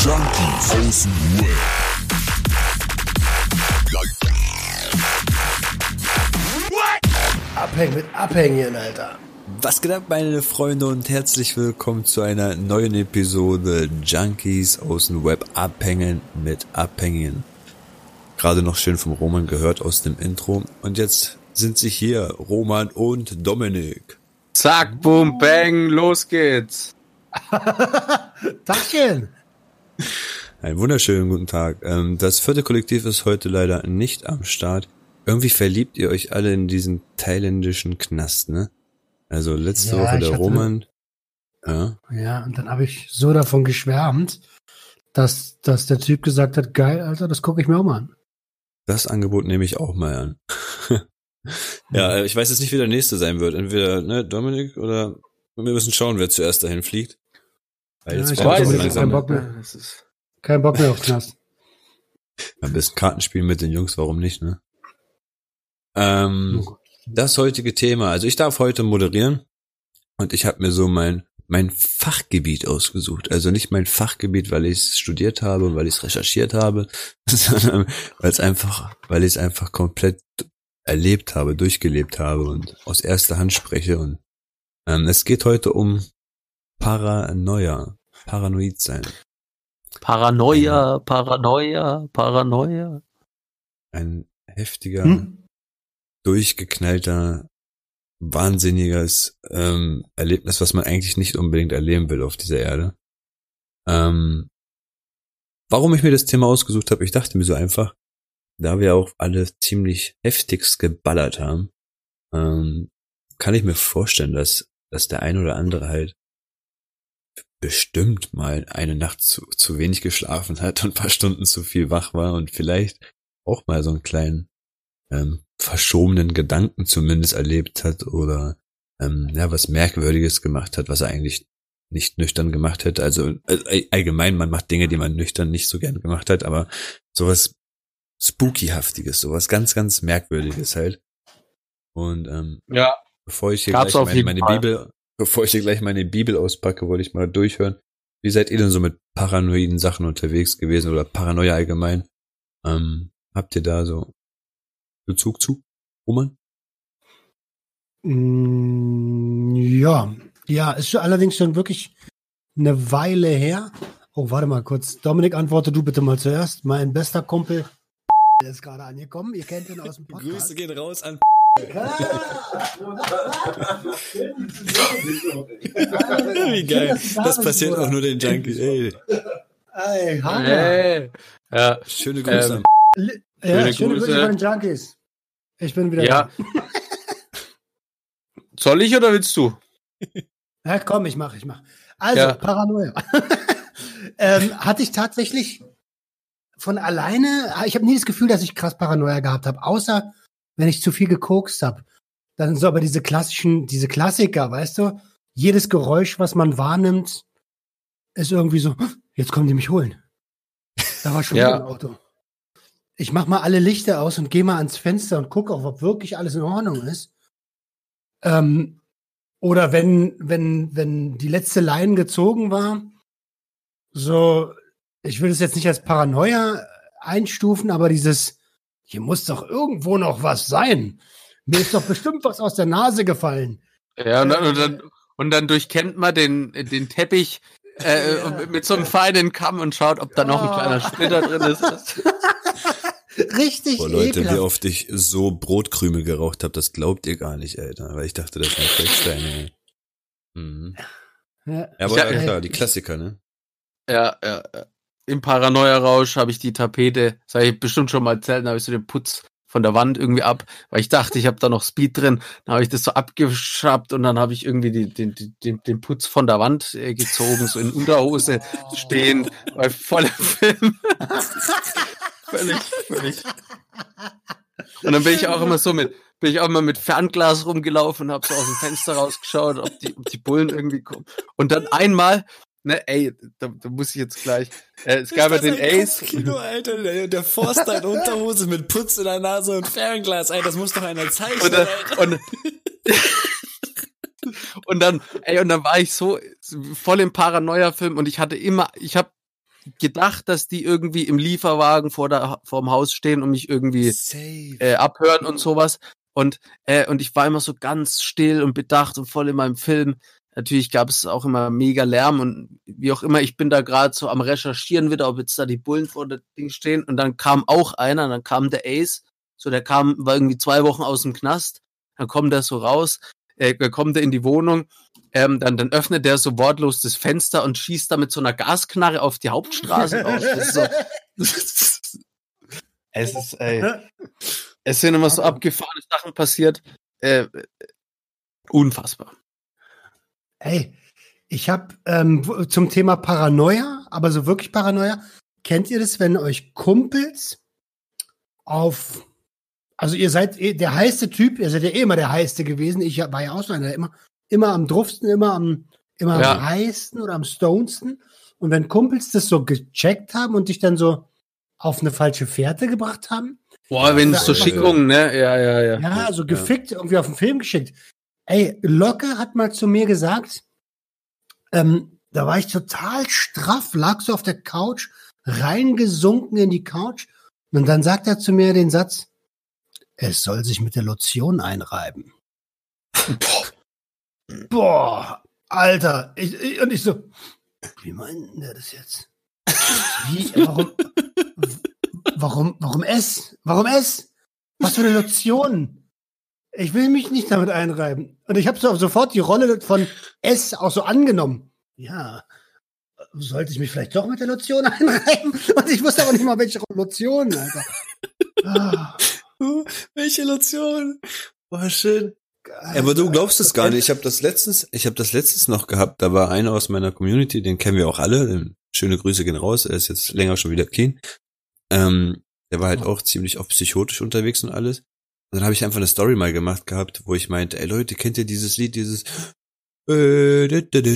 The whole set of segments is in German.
Junkies aus dem Web. Abhängen mit Abhängen, Alter. Was geht ab, meine Freunde, und herzlich willkommen zu einer neuen Episode Junkies aus dem Web. Abhängen mit Abhängen. Gerade noch schön vom Roman gehört aus dem Intro. Und jetzt sind sie hier, Roman und Dominik. Zack, boom, bang, los geht's. Tagchen. Einen wunderschönen guten Tag. Das vierte Kollektiv ist heute leider nicht am Start. Irgendwie verliebt ihr euch alle in diesen thailändischen Knast, ne? Also letzte Woche der Roman. Ja, und dann habe ich so davon geschwärmt, dass der Typ gesagt hat, geil, Alter, das gucke ich mir auch mal an. Das Angebot nehme ich auch mal an. Ja, ich weiß jetzt nicht, wie der nächste sein wird. Entweder Dominik oder wir müssen schauen, wer zuerst dahin fliegt. Weil jetzt ich weiß habe langsam. Kein Bock mehr auf Knast. Ein bisschen Kartenspielen mit den Jungs, warum nicht, ne? Das heutige Thema, also ich darf heute moderieren und ich habe mir so mein Fachgebiet ausgesucht. Also nicht mein Fachgebiet, weil ich es studiert habe und weil ich es recherchiert habe, sondern weil ich es einfach komplett erlebt habe, durchgelebt habe und aus erster Hand spreche. Und es geht heute um Paranoia, paranoid sein. Paranoia. Ein heftiger, durchgeknallter, wahnsinniges Erlebnis, was man eigentlich nicht unbedingt erleben will auf dieser Erde. Warum ich mir das Thema ausgesucht habe, ich dachte mir so einfach, da wir auch alle ziemlich heftigst geballert haben, kann ich mir vorstellen, dass der ein oder andere halt bestimmt mal eine Nacht zu wenig geschlafen hat und ein paar Stunden zu viel wach war und vielleicht auch mal so einen kleinen verschobenen Gedanken zumindest erlebt hat oder was Merkwürdiges gemacht hat, was er eigentlich nicht nüchtern gemacht hätte. Also allgemein, man macht Dinge, die man nüchtern nicht so gern gemacht hat, aber sowas Spookyhaftiges, sowas ganz, ganz Merkwürdiges halt. Und bevor ich hier gleich meine Bibel auspacke, wollte ich mal durchhören. Wie seid ihr denn so mit paranoiden Sachen unterwegs gewesen oder Paranoia allgemein? Habt ihr da so Bezug zu, Roman? Ja, ist schon allerdings schon wirklich eine Weile her. Oh, warte mal kurz. Dominik, antworte du bitte mal zuerst. Mein bester Kumpel ist gerade angekommen. Ihr kennt ihn aus dem Podcast. Grüße gehen raus an Wie geil. Das passiert auch nur den Junkies. Ey, Hammer. Ja. Schöne Grüße. Schöne Grüße von den Junkies. Ich bin wieder da. Soll ich oder willst du? Ja, komm, ich mach. Also, Paranoia. Hatte ich tatsächlich von alleine, ich habe nie das Gefühl, dass ich krass Paranoia gehabt habe, außer wenn ich zu viel gekokst habe. Dann so aber diese Klassiker, weißt du? Jedes Geräusch, was man wahrnimmt, ist irgendwie so, jetzt kommen die mich holen. Da war schon wieder ein Auto. Ich mach mal alle Lichter aus und gehe mal ans Fenster und gucke auch, ob wirklich alles in Ordnung ist. Oder wenn die letzte Line gezogen war, so, ich will es jetzt nicht als Paranoia einstufen, aber hier muss doch irgendwo noch was sein. Mir ist doch bestimmt was aus der Nase gefallen. Ja, und dann durchkennt man den Teppich mit so einem feinen Kamm und schaut, ob da noch ein kleiner Splitter drin ist. Richtig Leute, ekelhaft. wie oft ich so Brotkrümel geraucht habe, das glaubt ihr gar nicht, Alter. Weil ich dachte, das sind Textsteine. Ja, aber klar, die Klassiker, ne? Ja. Im Paranoia-Rausch habe ich die Tapete, das habe ich bestimmt schon mal erzählt, dann habe ich so den Putz von der Wand irgendwie ab, weil ich dachte, ich habe da noch Speed drin. Dann habe ich das so abgeschraubt und dann habe ich irgendwie den Putz von der Wand gezogen, so in Unterhose stehend, bei vollem Film. Völlig. Und dann bin ich auch immer mit Fernglas rumgelaufen und habe so aus dem Fenster rausgeschaut, ob die Bullen irgendwie kommen. Und dann einmal, da muss ich jetzt gleich. Es gab ja den Ace. Kino, Alter, der Forster in Unterhose mit Putz in der Nase und Fernglas, Alter, das muss doch einer zeichnen. Und dann war ich so voll im Paranoia-Film und ich habe gedacht, dass die irgendwie im Lieferwagen vorm Haus stehen und mich irgendwie abhören und sowas. Und ich war immer so ganz still und bedacht und voll in meinem Film. Natürlich gab es auch immer mega Lärm und wie auch immer, ich bin da gerade so am Recherchieren wieder, ob jetzt da die Bullen vor dem Ding stehen. Und dann kam auch einer, dann kam der Ace, so der war irgendwie 2 Wochen aus dem Knast, dann kommt er so raus, kommt er in die Wohnung, dann öffnet der so wortlos das Fenster und schießt da mit so einer Gasknarre auf die Hauptstraße raus. Es sind immer so abgefahrene Sachen passiert. Unfassbar. Hey, ich habe zum Thema Paranoia, aber so wirklich Paranoia, kennt ihr das, wenn euch Kumpels also ihr seid der heiße Typ, ihr seid ja immer der heißeste gewesen, ich war ja auch so einer, immer am druffsten, immer am heißesten oder am stonedsten, und wenn Kumpels das so gecheckt haben und dich dann so auf eine falsche Fährte gebracht haben. Boah, wenn es so Schickungen, ne? Ja. Ja, so gefickt, irgendwie auf den Film geschickt. Ey, Locke hat mal zu mir gesagt, da war ich total straff, lag so auf der Couch, reingesunken in die Couch, und dann sagt er zu mir den Satz, es soll sich mit der Lotion einreiben. Boah, Alter. Und ich so, wie meint der das jetzt? Warum S? Warum S? Was für eine Lotion? Ich will mich nicht damit einreiben. Und ich habe sofort die Rolle von S auch so angenommen. Ja, sollte ich mich vielleicht doch mit der Lotion einreiben? Und ich wusste aber nicht mal, welche Lotion, Alter. Welche Lotion? Boah, schön. Aber du glaubst es gar nicht. Ich habe das letztens noch gehabt. Da war einer aus meiner Community, den kennen wir auch alle. Schöne Grüße gehen raus. Er ist jetzt länger schon wieder clean. Der war halt auch ziemlich oft psychotisch unterwegs und alles. Und dann habe ich einfach eine Story mal gemacht gehabt, wo ich meinte, ey Leute, kennt ihr dieses Lied, dieses Hol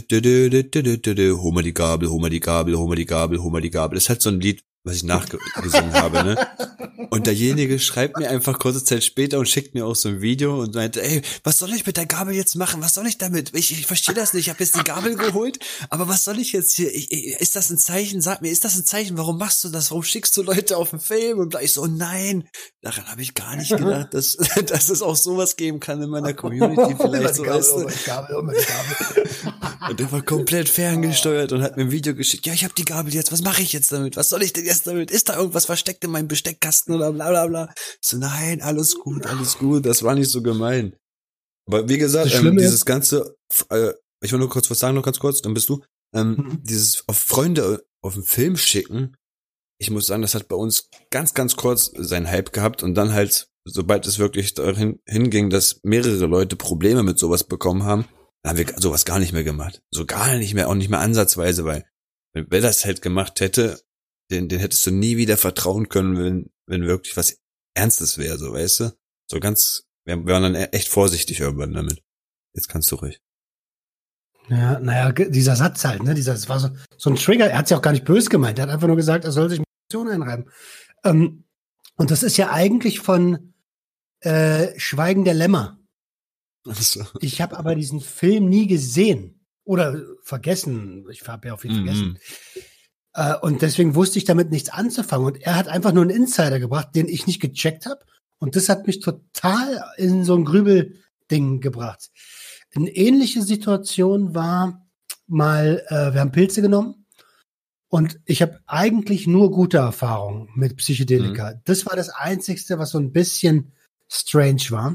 mal die Gabel, hol mal die Gabel, hol mal die Gabel, hol mal die Gabel. Das ist halt so ein Lied, was ich nachgesungen habe, ne? Und derjenige schreibt mir einfach kurze Zeit später und schickt mir auch so ein Video und meinte, ey, was soll ich mit der Gabel jetzt machen? Was soll ich damit? Ich verstehe das nicht. Ich habe jetzt die Gabel geholt, aber was soll ich jetzt hier? Ist das ein Zeichen? Sag mir, ist das ein Zeichen? Warum machst du das? Warum schickst du Leute auf den Film? Und ich so, nein, daran habe ich gar nicht gedacht, dass es auch sowas geben kann in meiner Community. Vielleicht so, weißt du? Und der war komplett ferngesteuert und hat mir ein Video geschickt. Ja, ich habe die Gabel jetzt. Was mache ich jetzt damit? Was soll ich denn jetzt damit? Ist da irgendwas versteckt in meinem Besteckkasten oder bla bla bla? So, nein, alles gut. Das war nicht so gemein. Aber wie gesagt, dieses ganze, ich will nur kurz was sagen, noch ganz kurz, dann bist du, dieses auf Freunde auf den Film schicken, ich muss sagen, das hat bei uns ganz, ganz kurz seinen Hype gehabt und dann halt, sobald es wirklich dahin hinging, dass mehrere Leute Probleme mit sowas bekommen haben, dann haben wir sowas gar nicht mehr gemacht. So gar nicht mehr, auch nicht mehr ansatzweise, weil wer das halt gemacht hätte, den hättest du nie wieder vertrauen können, wenn wirklich was Ernstes wäre, so, weißt du? So ganz, wir waren dann echt vorsichtig irgendwann damit. Jetzt kannst du ruhig. Ja, naja, dieser Satz halt, ne, das war so ein Trigger, er hat's ja auch gar nicht böse gemeint, er hat einfach nur gesagt, er soll sich mit der Lotion einreiben. Und das ist ja eigentlich von Schweigen der Lämmer. So. Ich habe aber diesen Film nie gesehen oder vergessen, ich habe ja auch viel vergessen. Und deswegen wusste ich damit nichts anzufangen. Und er hat einfach nur einen Insider gebracht, den ich nicht gecheckt habe. Und das hat mich total in so ein Grübelding gebracht. Eine ähnliche Situation war mal, wir haben Pilze genommen und ich habe eigentlich nur gute Erfahrungen mit Psychedelika. Das war das Einzigste, was so ein bisschen strange war.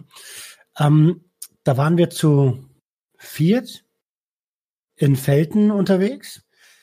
Da waren wir zu 4 in Velten unterwegs,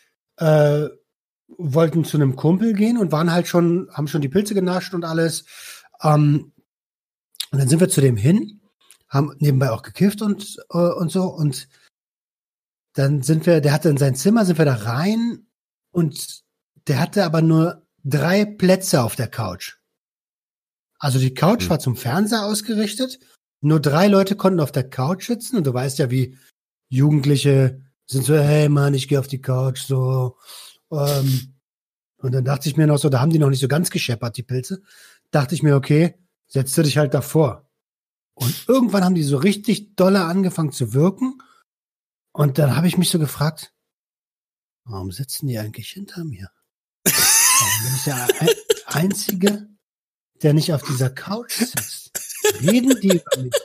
wollten zu einem Kumpel gehen und waren halt haben schon die Pilze genascht und alles. Und dann sind wir zu dem hin, haben nebenbei auch gekifft und so. Und dann der hatte in sein Zimmer, sind wir da rein und der hatte aber nur 3 Plätze auf der Couch. Also die Couch war zum Fernseher ausgerichtet. Nur 3 Leute konnten auf der Couch sitzen und du weißt ja, wie Jugendliche sind so, hey Mann, ich gehe auf die Couch, so. Und dann dachte ich mir noch so, da haben die noch nicht so ganz gescheppert, die Pilze. Dachte ich mir, okay, setzt du dich halt davor. Und irgendwann haben die so richtig dolle angefangen zu wirken. Und dann habe ich mich so gefragt, warum sitzen die eigentlich hinter mir? Warum bin ich der Einzige, der nicht auf dieser Couch sitzt? Reden die über mich?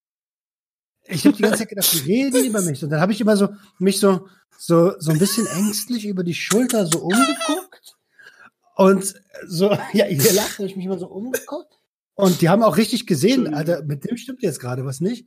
Ich habe die ganze Zeit gedacht, die reden über mich. Und dann habe ich immer mich so ein bisschen ängstlich über die Schulter so umgeguckt. Und so, ja, ihr lacht, habe ich mich immer so umgeguckt. Und die haben auch richtig gesehen, Alter, mit dem stimmt jetzt gerade was nicht.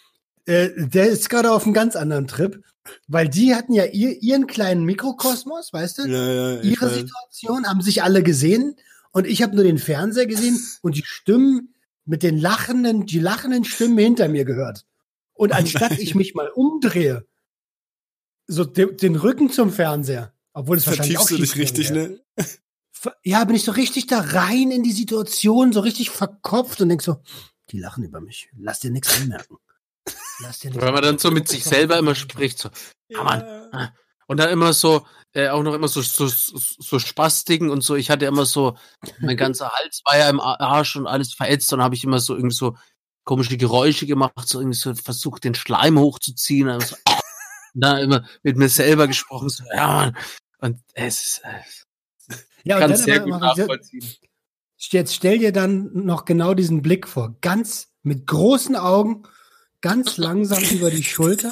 Der ist gerade auf einem ganz anderen Trip, weil die hatten ja ihren kleinen Mikrokosmos, weißt du? Ja, ihre Situation, haben sich alle gesehen und ich habe nur den Fernseher gesehen und die Stimmen mit die lachenden Stimmen hinter mir gehört. Und anstatt ich mich mal umdrehe, so den Rücken zum Fernseher, obwohl es wahrscheinlich auch vertiefst du dich richtig, ne? Ja, bin ich so richtig da rein in die Situation, so richtig verkopft und denk so, die lachen über mich, lass dir nichts anmerken. Weil man dann so mit sich selber immer spricht, so, ja, Mann. Und dann immer so, auch noch immer so Spastiken und so. Ich hatte immer so, mein ganzer Hals war ja im Arsch und alles verätzt und habe ich immer so irgendwie so komische Geräusche gemacht, so irgendwie so versucht, den Schleim hochzuziehen. Und so, dann immer mit mir selber gesprochen, so, ja, Mann. Und es ist, ja, kann sehr gut nachvollziehen. Jetzt stell dir dann noch genau diesen Blick vor. Ganz mit großen Augen, ganz langsam über die Schulter.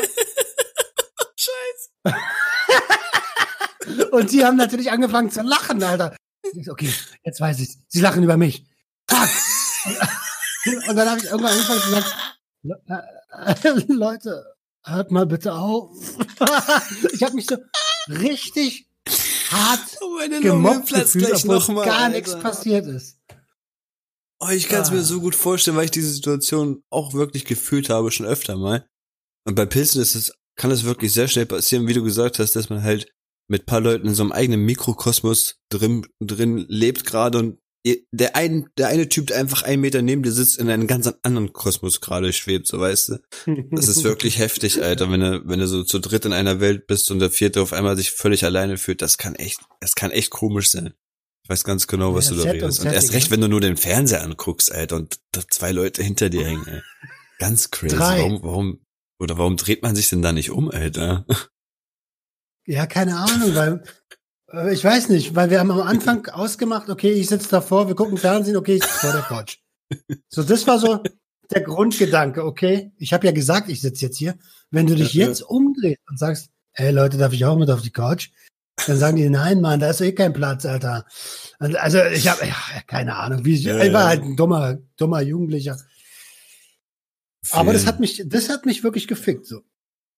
Scheiße. Und sie haben natürlich angefangen zu lachen, Alter. Okay, jetzt weiß ich's. Sie lachen über mich. Fuck. Und dann habe ich irgendwann angefangen zu sagen, Leute, hört mal bitte auf. Ich habe mich so richtig hart gemobbt gefühlt, obwohl gar nichts passiert ist. Oh, ich kann es mir so gut vorstellen, weil ich diese Situation auch wirklich gefühlt habe, schon öfter mal. Und bei Pilzen kann es wirklich sehr schnell passieren, wie du gesagt hast, dass man halt mit ein paar Leuten in so einem eigenen Mikrokosmos drin lebt gerade und der eine Typ, der einfach 1 Meter neben dir sitzt, in einem ganz anderen Kosmos gerade schwebt, so weißt du. Das ist wirklich heftig, Alter, wenn du so zu dritt in einer Welt bist und der vierte auf einmal sich völlig alleine fühlt, das kann echt komisch sein. Ich weiß ganz genau, was du da redest. Und erst recht, wenn du nur den Fernseher anguckst, Alter, und da 2 Leute hinter dir hängen, ey. Ganz crazy. 3. Warum dreht man sich denn da nicht um, Alter? Ja, keine Ahnung, weil ich weiß nicht, weil wir haben am Anfang ausgemacht, okay, ich sitze davor, wir gucken Fernsehen, okay, ich sitze vor der Couch. So, das war so der Grundgedanke, okay, ich habe ja gesagt, ich sitze jetzt hier. Wenn du dich jetzt umdrehst und sagst, hey Leute, darf ich auch mit auf die Couch? Dann sagen die, nein, Mann, da ist eh kein Platz, Alter. Also ich habe keine Ahnung, ich war halt ein dummer Jugendlicher. Aber das hat mich wirklich gefickt, so.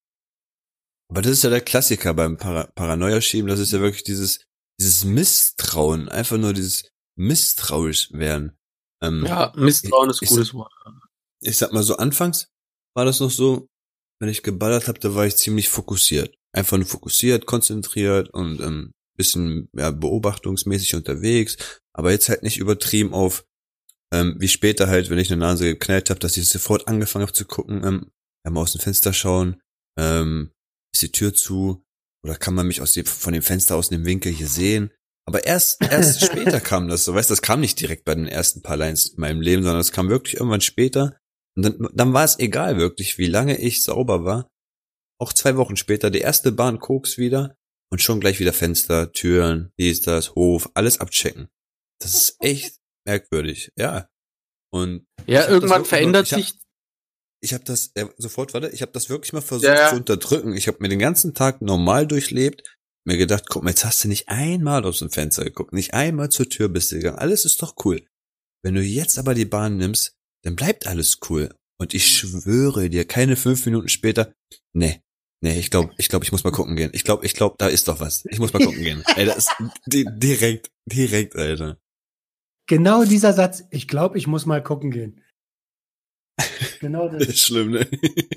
Aber das ist ja der Klassiker beim Paranoia-Schieben, das ist ja wirklich dieses Misstrauen, einfach nur dieses misstrauisch werden. Ja, Misstrauen ist ein gutes Wort. Ich sag mal so, anfangs war das noch so, wenn ich geballert habe, da war ich ziemlich fokussiert. Einfach nur fokussiert, konzentriert und bisschen beobachtungsmäßig unterwegs, aber jetzt halt nicht übertrieben auf, wie später halt, wenn ich eine Nase geknallt habe, dass ich sofort angefangen habe zu gucken, mal aus dem Fenster schauen, ist die Tür zu oder kann man mich von dem Fenster aus dem Winkel hier sehen? Aber erst später kam das so, weißt du, das kam nicht direkt bei den ersten paar Lines in meinem Leben, sondern es kam wirklich irgendwann später und dann war es egal wirklich, wie lange ich sauber war. Auch 2 Wochen später, die erste Bahn Koks wieder und schon gleich wieder Fenster, Türen, dies, das, Hof, alles abchecken. Das ist echt merkwürdig, ja. Und ja, irgendwann verändert sich. Ich habe das ich habe das wirklich mal versucht zu unterdrücken. Ich habe mir den ganzen Tag normal durchlebt, mir gedacht, guck mal, jetzt hast du nicht einmal aus dem Fenster geguckt, nicht einmal zur Tür bist du gegangen. Alles ist doch cool. Wenn du jetzt aber die Bahn nimmst, dann bleibt alles cool. Und ich schwöre dir, keine 5 Minuten später, nee, ich glaube, ich muss mal gucken gehen. Ich glaube, da ist doch was. Ich muss mal gucken gehen. Ey, das ist direkt, Alter. Genau dieser Satz, ich glaube, ich muss mal gucken gehen. Genau das. Das ist schlimm, ne?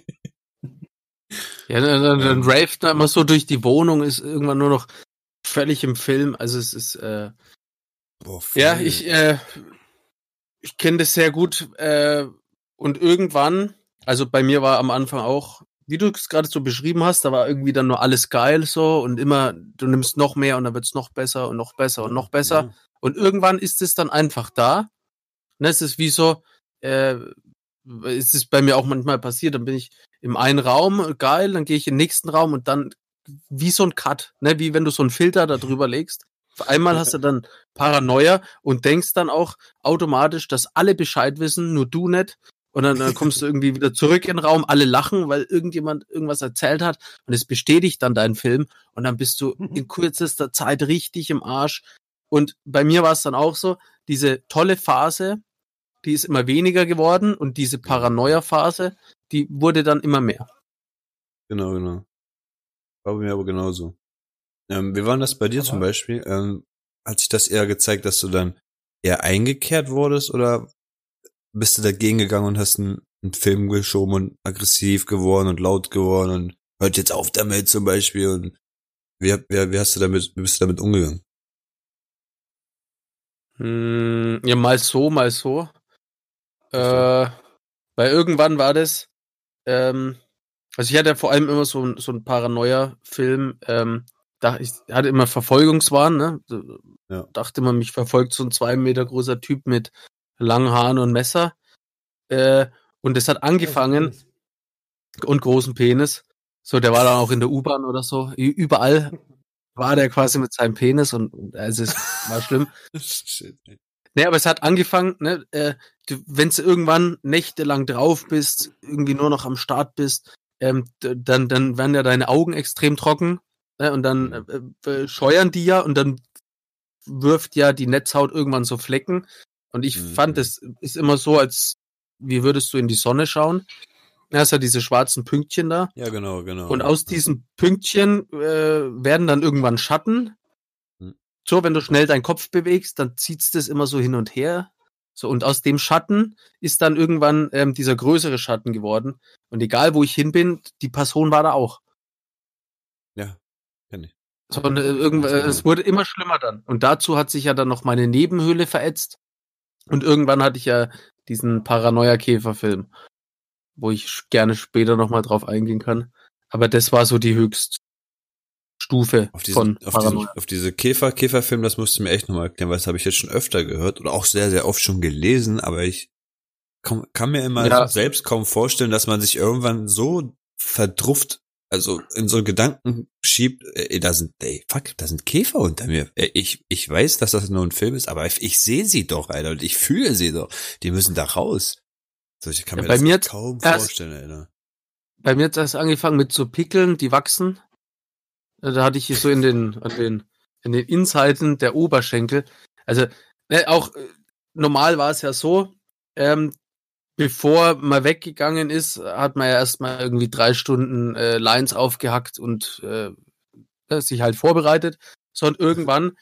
Ja, dann raved da immer so durch die Wohnung, ist irgendwann nur noch völlig im Film. Also es ist, ja, ich kenne das sehr gut. Und irgendwann, also bei mir war am Anfang auch, wie du es gerade so beschrieben hast, da war irgendwie dann nur alles geil so und immer, du nimmst noch mehr und dann wird's noch besser und noch besser und noch besser. Ja. Und irgendwann ist es dann einfach da. Ne, es ist wie so, es ist bei mir auch manchmal passiert, dann bin ich im einen Raum, geil, dann gehe ich in den nächsten Raum und dann wie so ein Cut, ne, wie wenn du so einen Filter da drüber legst Auf einmal hast du dann Paranoia und denkst dann auch automatisch, dass alle Bescheid wissen, nur du nicht. Und dann kommst du irgendwie wieder zurück in den Raum, alle lachen, weil irgendjemand irgendwas erzählt hat und es bestätigt dann deinen Film und dann bist du in kürzester Zeit richtig im Arsch. Und bei mir war es dann auch so, diese tolle Phase, die ist immer weniger geworden und diese Paranoia-Phase, die wurde dann immer mehr. Genau. War bei mir aber genauso. Wie war das bei dir zum Beispiel? Hat sich das eher gezeigt, dass du dann eher eingekehrt wurdest oder bist du dagegen gegangen und hast einen Film geschoben und aggressiv geworden und laut geworden und hört jetzt auf damit zum Beispiel und wie bist du damit umgegangen? Ja, mal so. Weil irgendwann war das, also ich hatte ja vor allem immer so ein Paranoia-Film, ich hatte immer Verfolgungswahn, ne? Ja. Dachte immer, mich verfolgt so ein 2 Meter großer Typ mit langen Haaren und Messer. Und das hat angefangen und großen Penis. So, der war dann auch in der U-Bahn oder so. Überall war der quasi mit seinem Penis und also es war schlimm. Shit. Nee, aber es hat angefangen, ne, wenn du irgendwann nächtelang drauf bist, irgendwie nur noch am Start bist, dann werden ja deine Augen extrem trocken, ne, und dann scheuern die ja und dann wirft ja die Netzhaut irgendwann so Flecken. Und ich fand, es ist immer so, als wie würdest du in die Sonne schauen. Ja, hast ja diese schwarzen Pünktchen da. Ja, genau. Und aus diesen Pünktchen werden dann irgendwann Schatten. So, wenn du schnell deinen Kopf bewegst, dann zieht's das immer so hin und her. So, und aus dem Schatten ist dann irgendwann dieser größere Schatten geworden. Und egal, wo ich hin bin, die Person war da auch. Ja, kenn ich. So, und es wurde immer schlimmer dann. Und dazu hat sich ja dann noch meine Nebenhöhle verätzt. Und irgendwann hatte ich ja diesen Paranoia-Käfer-Film, wo ich gerne später nochmal drauf eingehen kann. Aber das war so die Höchststufe von Paranoia. Auf diese Käferfilm, das musst du mir echt nochmal erklären, weil das habe ich jetzt schon öfter gehört oder auch sehr, sehr oft schon gelesen, aber ich kann mir immer selbst kaum vorstellen, dass man sich irgendwann so verdrufft, also in so Gedanken schiebt, da sind Käfer unter mir. Ich weiß, dass das nur ein Film ist, aber ich sehe sie doch, Alter, und ich fühle sie doch. Die müssen da raus. So, ich kann mir das kaum vorstellen, Alter. Bei mir hat es angefangen mit so Pickeln, die wachsen. Da hatte ich hier so an den Innenseiten der Oberschenkel. Also, auch normal war es ja so, bevor man weggegangen ist, hat man ja erstmal irgendwie 3 Stunden Lines aufgehackt und sich halt vorbereitet. So, und irgendwann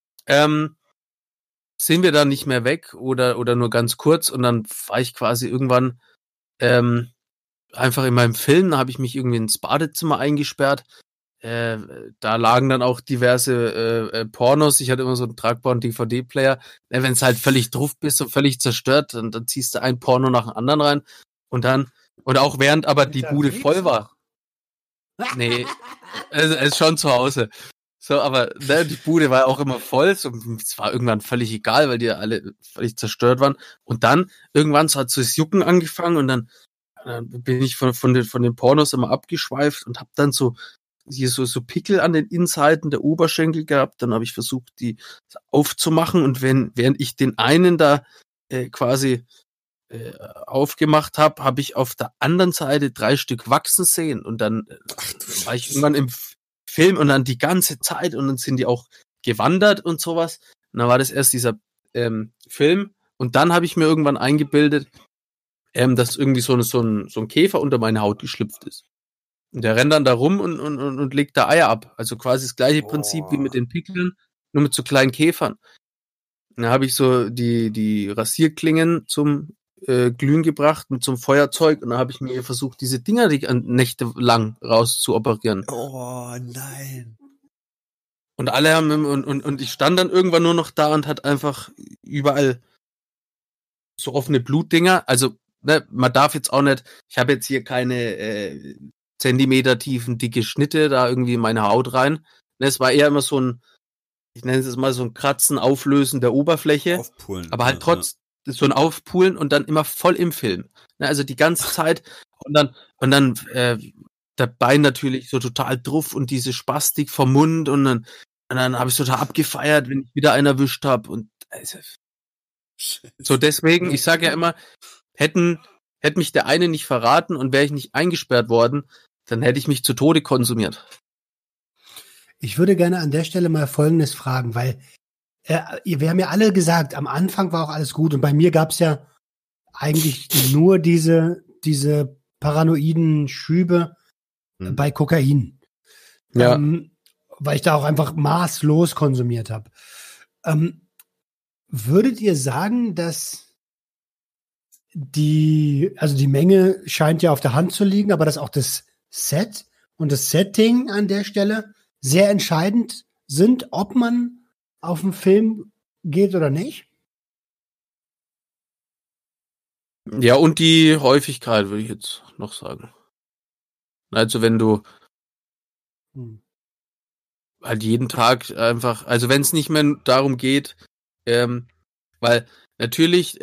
sind wir dann nicht mehr weg oder nur ganz kurz und dann war ich quasi irgendwann einfach in meinem Film, da habe ich mich irgendwie ins Badezimmer eingesperrt. Da lagen dann auch diverse Pornos. Ich hatte immer so einen tragbaren DVD-Player. Wenn es halt völlig drauf bist und völlig zerstört, dann ziehst du ein Porno nach dem anderen rein und auch während aber die Bude voll war. Nee, es ist schon zu Hause. So, aber die Bude war auch immer voll. So, es war irgendwann völlig egal, weil die alle völlig zerstört waren. Und dann irgendwann so hat so das Jucken angefangen und dann bin ich von den Pornos immer abgeschweift und habe dann so hier so Pickel an den Innenseiten der Oberschenkel gehabt. Dann habe ich versucht, die aufzumachen und während ich den einen da quasi aufgemacht habe ich auf der anderen Seite 3 Stück wachsen sehen und dann war ich irgendwann im Film und dann die ganze Zeit und dann sind die auch gewandert und sowas. Und dann war das erst dieser Film und dann habe ich mir irgendwann eingebildet, dass irgendwie so ein Käfer unter meine Haut geschlüpft ist. Und der rennt dann da rum und legt da Eier ab. Also quasi das gleiche Prinzip wie mit den Pickeln, nur mit so kleinen Käfern. Und dann habe ich so die Rasierklingen zum Glühen gebracht mit so einem Feuerzeug und dann habe ich mir versucht, diese Dinger nächtelang rauszuoperieren. Oh nein. Und alle haben und ich stand dann irgendwann nur noch da und hat einfach überall so offene Blutdinger. Also man darf jetzt auch nicht, ich habe jetzt hier keine Zentimeter tiefen dicke Schnitte da irgendwie in meine Haut rein. Es war eher immer so ein, ich nenne es jetzt mal so ein Kratzen, Auflösen der Oberfläche. Aufpulen. Aber halt so ein Aufpulen und dann immer voll im Film. Also die ganze Zeit und dann der Bein natürlich so total druff und diese Spastik vom Mund und dann Und dann habe ich total abgefeiert, wenn ich wieder einen erwischt habe. Und so deswegen, ich sage ja immer, hätte mich der eine nicht verraten und wäre ich nicht eingesperrt worden, dann hätte ich mich zu Tode konsumiert. Ich würde gerne an der Stelle mal Folgendes fragen, weil wir haben ja alle gesagt, am Anfang war auch alles gut und bei mir gab es ja eigentlich nur diese paranoiden Schübe bei Kokain. Ja. Weil ich da auch einfach maßlos konsumiert habe. Würdet ihr sagen, dass die Menge scheint ja auf der Hand zu liegen, aber dass auch das Set und das Setting an der Stelle sehr entscheidend sind, ob man auf den Film geht oder nicht? Ja, und die Häufigkeit, würde ich jetzt noch sagen. Also wenn du halt jeden Tag einfach, also wenn es nicht mehr darum geht, weil natürlich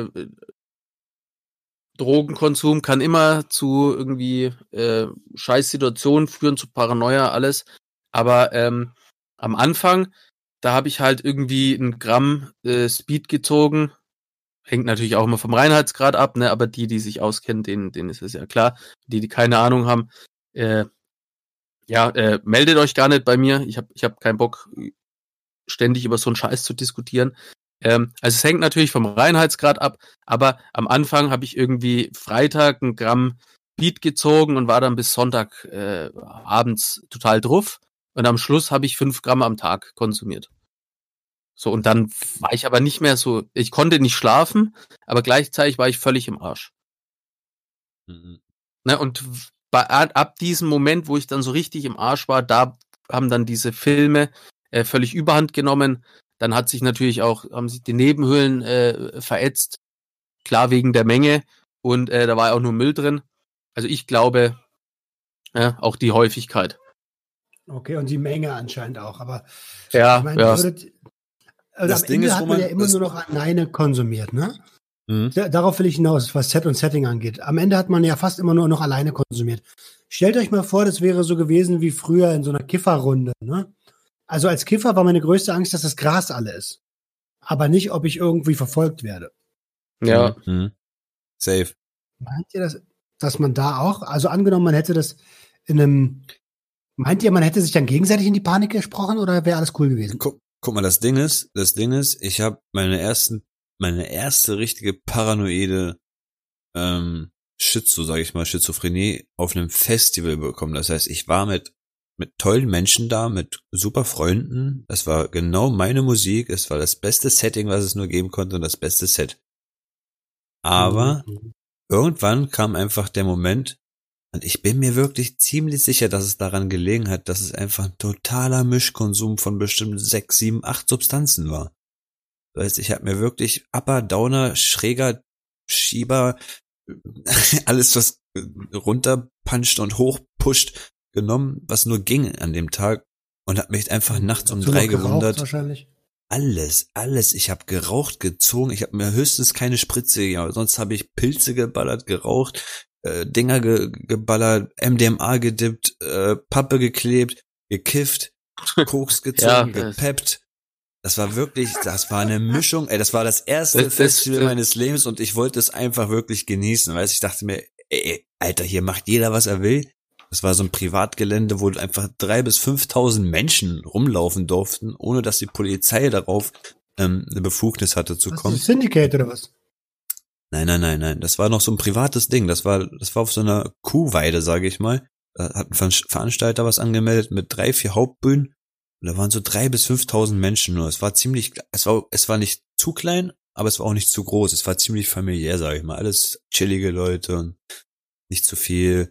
Drogenkonsum kann immer zu irgendwie Scheißsituationen führen, zu Paranoia, alles. Aber am Anfang, da habe ich halt irgendwie 1 Gramm Speed gezogen. Hängt natürlich auch immer vom Reinheitsgrad ab, ne? Aber die sich auskennen, denen ist es ja klar. Die keine Ahnung haben, meldet euch gar nicht bei mir. Ich hab keinen Bock, ständig über so einen Scheiß zu diskutieren. Also es hängt natürlich vom Reinheitsgrad ab, aber am Anfang habe ich irgendwie Freitag 1 Gramm Speed gezogen und war dann bis Sonntag abends total drauf. Und am Schluss habe ich 5 Gramm am Tag konsumiert. So, und dann war ich aber nicht mehr so, ich konnte nicht schlafen, aber gleichzeitig war ich völlig im Arsch. Mhm. Ne, und ab diesem Moment, wo ich dann so richtig im Arsch war, da haben dann diese Filme völlig Überhand genommen. Dann hat sich natürlich auch, haben sich die Nebenhöhlen verätzt. Klar, wegen der Menge. Und da war ja auch nur Müll drin. Also ich glaube, auch die Häufigkeit. Okay, und die Menge anscheinend auch. Aber ja, ich meine, das am Ende hat man ja immer nur noch alleine konsumiert, ne? Mhm. Darauf will ich hinaus, was Set und Setting angeht. Am Ende hat man ja fast immer nur noch alleine konsumiert. Stellt euch mal vor, das wäre so gewesen wie früher in so einer Kifferrunde, ne? Also als Kiffer war meine größte Angst, dass das Gras alle ist. Aber nicht, ob ich irgendwie verfolgt werde. Ja. Mhm. Safe. Meint ihr, dass man da auch, also angenommen, man hätte das in einem, meint ihr, man hätte sich dann gegenseitig in die Panik gesprochen oder wäre alles cool gewesen? Guck mal, das Ding ist, ich habe meine erste richtige paranoide Schizophrenie auf einem Festival bekommen. Das heißt, ich war mit tollen Menschen da, mit super Freunden. Das war genau meine Musik. Es war das beste Setting, was es nur geben konnte und das beste Set. Aber irgendwann kam einfach der Moment, und ich bin mir wirklich ziemlich sicher, dass es daran gelegen hat, dass es einfach ein totaler Mischkonsum von bestimmt 6, 7, 8 Substanzen war. Das heißt, ich habe mir wirklich Upper, Downer, Schräger, Schieber, alles, was runterpuncht und hochpusht, genommen, was nur ging an dem Tag und habe mich einfach nachts um 3 gewundert. Wahrscheinlich. Alles. Ich habe geraucht, gezogen. Ich habe mir höchstens keine Spritze, ja, sonst habe ich Pilze geballert, geraucht, Dinger geballert, MDMA gedippt, Pappe geklebt, gekifft, Koks gezogen, gepeppt. Das war eine Mischung, das war das erste Festival meines Lebens und ich wollte es einfach wirklich genießen, weißt, ich dachte mir, Alter, hier macht jeder, was er will. Das war so ein Privatgelände, wo einfach 3.000 bis 5.000 Menschen rumlaufen durften, ohne dass die Polizei darauf eine Befugnis hatte zu kommen. Ist das Syndicate oder was? Nein. Das war noch so ein privates Ding. Das war auf so einer Kuhweide, sage ich mal. Da hat ein Veranstalter was angemeldet mit 3, 4 Hauptbühnen. Und da waren so 3.000 bis 5.000 Menschen nur. Es war nicht zu klein, aber es war auch nicht zu groß. Es war ziemlich familiär, sage ich mal. Alles chillige Leute und nicht zu viel.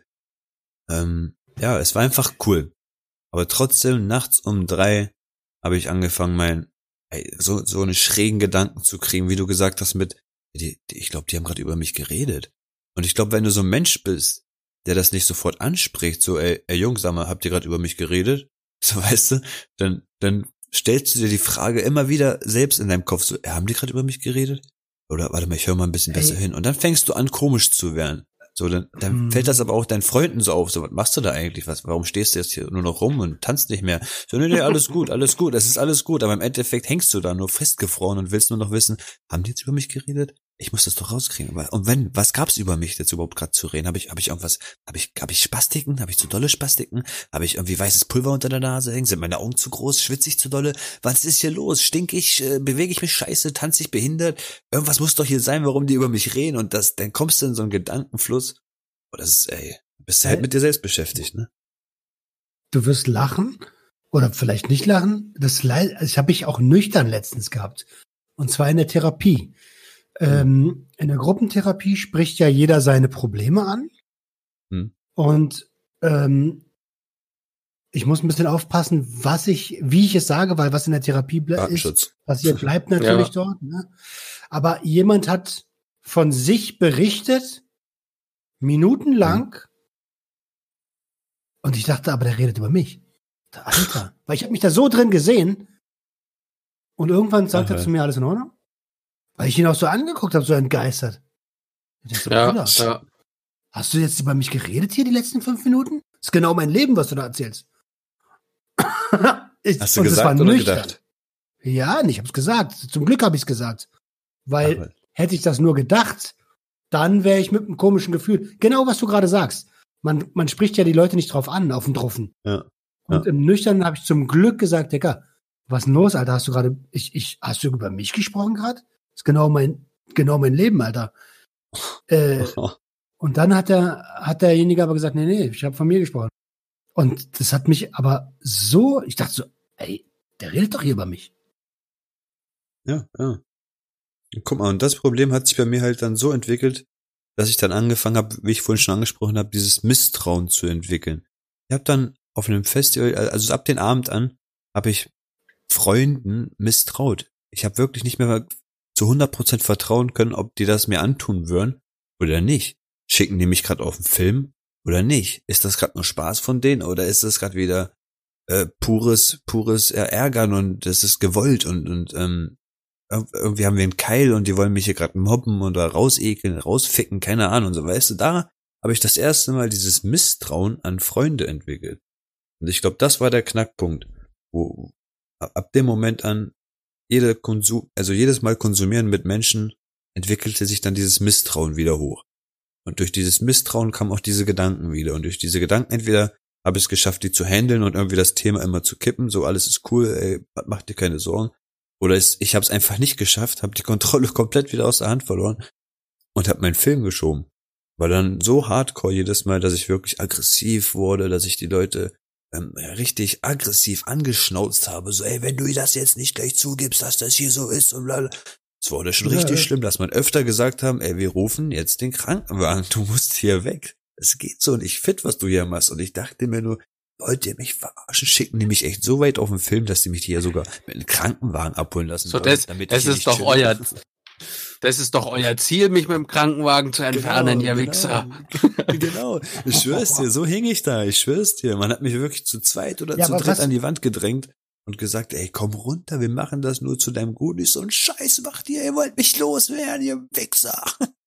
Es war einfach cool. Aber trotzdem, nachts um 3 habe ich angefangen, so eine schrägen Gedanken zu kriegen, wie du gesagt hast ich glaube, die haben gerade über mich geredet. Und ich glaube, wenn du so ein Mensch bist, der das nicht sofort anspricht, so, ey Jungs, sag mal, habt ihr gerade über mich geredet? So, weißt du, dann stellst du dir die Frage immer wieder selbst in deinem Kopf, so, haben die gerade über mich geredet? Oder warte mal, ich höre mal ein bisschen besser hin. Und dann fängst du an, komisch zu werden. So, dann fällt das aber auch deinen Freunden so auf. So, was machst du da eigentlich? Warum stehst du jetzt hier nur noch rum und tanzt nicht mehr? So, nee, alles gut, es ist alles gut. Aber im Endeffekt hängst du da nur festgefroren und willst nur noch wissen, haben die jetzt über mich geredet? Ich muss das doch rauskriegen. Und was gab's über mich jetzt überhaupt gerade zu reden? Habe ich irgendwas, habe ich Spastiken? Habe ich zu dolle Spastiken? Habe ich irgendwie weißes Pulver unter der Nase hängen? Sind meine Augen zu groß? Schwitze ich zu dolle? Was ist hier los? Stink ich? Bewege ich mich scheiße? Tanze ich behindert? Irgendwas muss doch hier sein, warum die über mich reden. Und dann kommst du in so einen Gedankenfluss. Oh, bist du halt mit dir selbst beschäftigt, ne? Du wirst lachen oder vielleicht nicht lachen. Das habe ich auch nüchtern letztens gehabt. Und zwar in der Therapie. In der Gruppentherapie spricht ja jeder seine Probleme an. Und ich muss ein bisschen aufpassen, wie ich es sage, weil was in der Therapie ist, passiert, bleibt natürlich dort. Ne? Aber jemand hat von sich berichtet, minutenlang. Und ich dachte, aber der redet über mich. Alter, weil ich habe mich da so drin gesehen. Und irgendwann sagt er zu mir, alles in Ordnung? Weil ich ihn auch so angeguckt habe, so entgeistert. So, hast du jetzt über mich geredet hier die letzten 5 Minuten? Das ist genau mein Leben, was du da erzählst. Hast du gesagt oder gedacht? Ja, ich habe es gesagt. Zum Glück habe ich es gesagt. Weil hätte ich das nur gedacht, dann wäre ich mit einem komischen Gefühl. Genau, was du gerade sagst. Man spricht ja die Leute nicht drauf an, auf den Druffen. Ja. Und im Nüchternen habe ich zum Glück gesagt, Digga, was ist denn los, Alter? Hast du über mich gesprochen gerade? Das ist genau mein Leben, Alter. Und dann hat derjenige aber gesagt, nee, ich habe von mir gesprochen. Und das hat mich aber so, ich dachte so, ey, der redet doch hier über mich. Ja. Guck mal, und das Problem hat sich bei mir halt dann so entwickelt, dass ich dann angefangen habe, wie ich vorhin schon angesprochen habe, dieses Misstrauen zu entwickeln. Ich habe dann auf einem Festival, also ab den Abend an, habe ich Freunden misstraut. Ich habe wirklich nicht mehr zu 100% vertrauen können, ob die das mir antun würden oder nicht. Schicken die mich gerade auf einen Film oder nicht? Ist das gerade nur Spaß von denen oder ist das gerade wieder pures Ärgern und das ist gewollt und irgendwie haben wir einen Keil und die wollen mich hier gerade mobben oder rausekeln, rausficken, keine Ahnung. So, weißt du, da habe ich das erste Mal dieses Misstrauen an Freunde entwickelt. Und ich glaube, das war der Knackpunkt, wo ab dem Moment an jedes Mal konsumieren mit Menschen entwickelte sich dann dieses Misstrauen wieder hoch. Und durch dieses Misstrauen kamen auch diese Gedanken wieder. Und durch diese Gedanken entweder habe ich es geschafft, die zu handeln und irgendwie das Thema immer zu kippen, so alles ist cool, ey, mach dir keine Sorgen. Oder ich habe es einfach nicht geschafft, habe die Kontrolle komplett wieder aus der Hand verloren und habe meinen Film geschoben. War dann so hardcore jedes Mal, dass ich wirklich aggressiv wurde, dass ich die Leute richtig aggressiv angeschnauzt habe. So, ey, wenn du das jetzt nicht gleich zugibst, dass das hier so ist und blablabla. Es wurde schon richtig schlimm, dass man öfter gesagt haben, ey, wir rufen jetzt den Krankenwagen, du musst hier weg. Es geht so nicht fit, was du hier machst. Und ich dachte mir nur, wollt ihr mich verarschen? Schicken die mich echt so weit auf den Film, dass die mich hier sogar mit einem Krankenwagen abholen lassen. So, das ist doch euer Ziel, mich mit dem Krankenwagen zu entfernen, ihr Wichser. Genau. Ich schwör's dir, so hing ich da. Ich schwör's dir. Man hat mich wirklich zu zweit oder zu dritt an die Wand gedrängt und gesagt, ey, komm runter, wir machen das nur zu deinem Guten. Ich so ein Scheiß macht ihr wollt mich loswerden, ihr Wichser.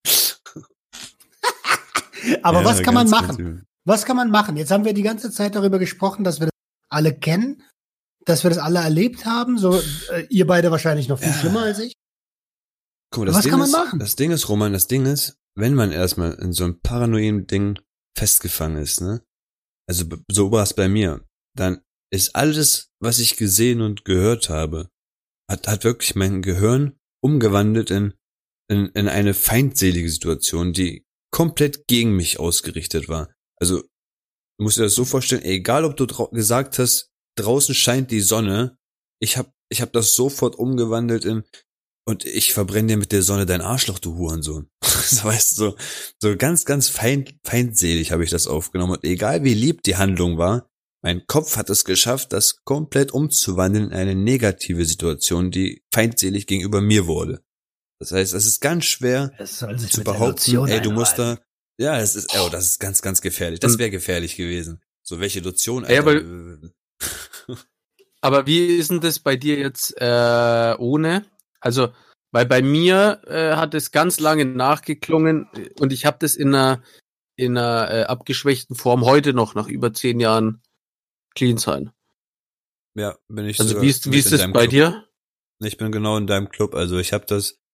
Aber was kann man machen? Was kann man machen? Jetzt haben wir die ganze Zeit darüber gesprochen, dass wir das alle kennen, dass wir das alle erlebt haben. So, ihr beide wahrscheinlich noch viel schlimmer als ich. Guck mal, was kann man machen? Das Ding ist, Roman, wenn man erstmal in so einem paranoiden Ding festgefangen ist, ne? Also so war es bei mir. Dann ist alles, was ich gesehen und gehört habe, hat wirklich mein Gehirn umgewandelt in eine feindselige Situation, die komplett gegen mich ausgerichtet war. Also, du musst dir das so vorstellen, egal ob du gesagt hast, draußen scheint die Sonne, ich hab das sofort umgewandelt in, und ich verbrenne dir mit der Sonne dein Arschloch, du Hurensohn. So, weißt du, so ganz, ganz feindselig habe ich das aufgenommen. Und egal wie lieb die Handlung war, mein Kopf hat es geschafft, das komplett umzuwandeln in eine negative Situation, die feindselig gegenüber mir wurde. Das heißt, es ist ganz schwer zu behaupten, ey, du musst da, ja, das ist ganz, ganz gefährlich. Das wäre gefährlich gewesen. So, welche Lotion, Alter. Ja, aber wie ist denn das bei dir jetzt ohne? Also, weil bei mir hat es ganz lange nachgeklungen und ich habe das in einer in einer abgeschwächten Form heute noch nach über 10 Jahren clean sein. Ja, bin ich Also sogar wie ist mit in das deinem bei Club. dir? Ich bin genau in deinem Club. Also ich habe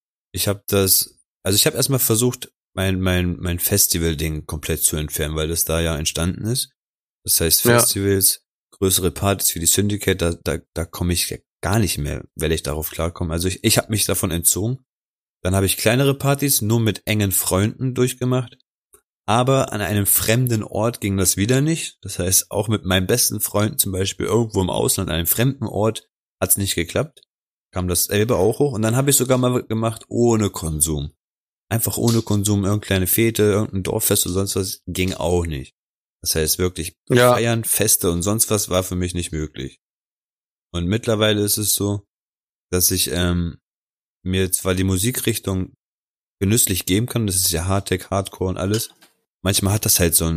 erstmal versucht, mein Festival-Ding komplett zu entfernen, weil das da ja entstanden ist. Das heißt Festivals, größere Partys wie die Syndicate, da komme ich gar nicht mehr, werde ich darauf klarkommen. Also ich habe mich davon entzogen. Dann habe ich kleinere Partys nur mit engen Freunden durchgemacht. Aber an einem fremden Ort ging das wieder nicht. Das heißt, auch mit meinen besten Freunden zum Beispiel irgendwo im Ausland, an einem fremden Ort, hat's nicht geklappt. Kam dasselbe auch hoch. Und dann habe ich sogar mal gemacht ohne Konsum. Einfach ohne Konsum, irgendeine kleine Fete, irgendein Dorffest oder sonst was, ging auch nicht. Das heißt wirklich, Feiern, Feste und sonst was war für mich nicht möglich. Und mittlerweile ist es so, dass ich mir zwar die Musikrichtung genüsslich geben kann, das ist ja Hardtech, Hardcore und alles. Manchmal hat das halt so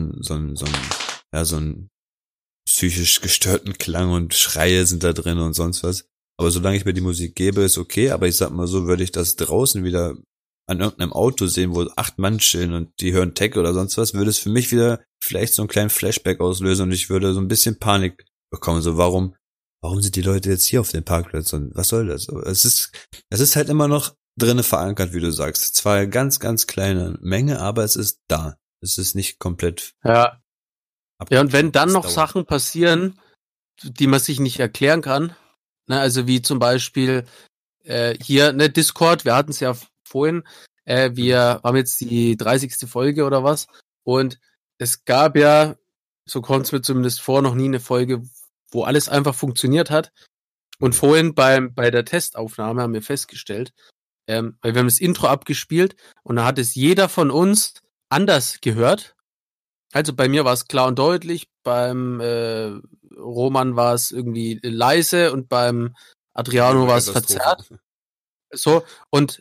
einen psychisch gestörten Klang und Schreie sind da drin und sonst was. Aber solange ich mir die Musik gebe, ist okay. Aber ich sag mal so, würde ich das draußen wieder an irgendeinem Auto sehen, wo 8 Mann chillen und die hören Tech oder sonst was, würde es für mich wieder vielleicht so einen kleinen Flashback auslösen und ich würde so ein bisschen Panik bekommen. So, warum sind die Leute jetzt hier auf dem Parkplatz und was soll das? Es ist halt immer noch drinne verankert, wie du sagst. Zwar eine ganz, ganz kleine Menge, aber es ist da. Es ist nicht komplett. Ja. Ja, und wenn dann noch Sachen passieren, die man sich nicht erklären kann, ne, also wie zum Beispiel hier, ne, Discord, wir hatten es ja vorhin, wir haben jetzt die 30. Folge oder was, und es gab ja, so kommt es mir zumindest vor, noch nie eine Folge, wo alles einfach funktioniert hat. Und vorhin bei der Testaufnahme haben wir festgestellt, weil wir haben das Intro abgespielt und da hat es jeder von uns anders gehört. Also bei mir war es klar und deutlich, beim Roman war es irgendwie leise und beim Adriano war es verzerrt. So, und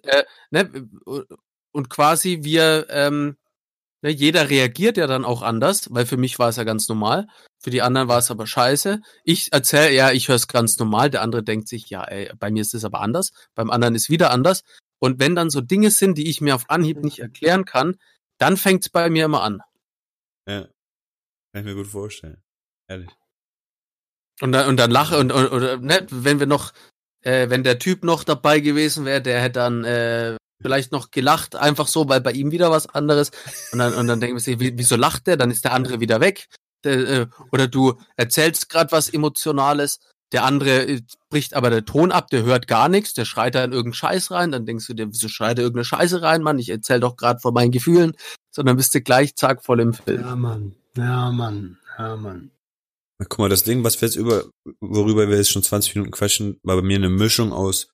und quasi wir, jeder reagiert ja dann auch anders, weil für mich war es ja ganz normal, für die anderen war es aber scheiße. Ich erzähle, ja, ich höre es ganz normal, der andere denkt sich, ja, ey, bei mir ist es aber anders, beim anderen ist wieder anders. Und wenn dann so Dinge sind, die ich mir auf Anhieb nicht erklären kann, dann fängt es bei mir immer an. Ja, kann ich mir gut vorstellen. Ehrlich. Und dann lache und ne, wenn wir noch, wenn der Typ noch dabei gewesen wäre, der hätte dann vielleicht noch gelacht, einfach so, weil bei ihm wieder was anderes. Und dann denken wir sich, wieso lacht der? Dann ist der andere wieder weg. Oder du erzählst gerade was Emotionales, der andere bricht aber der Ton ab, der hört gar nichts, der schreit da in irgendeinen Scheiß rein, dann denkst du dir, wieso schreit er irgendeine Scheiße rein, Mann? Ich erzähl doch gerade von meinen Gefühlen, sondern bist du gleich zack voll im Film. Ja, Mann. Na, guck mal, das Ding, worüber wir jetzt schon 20 Minuten quatschen, war bei mir eine Mischung aus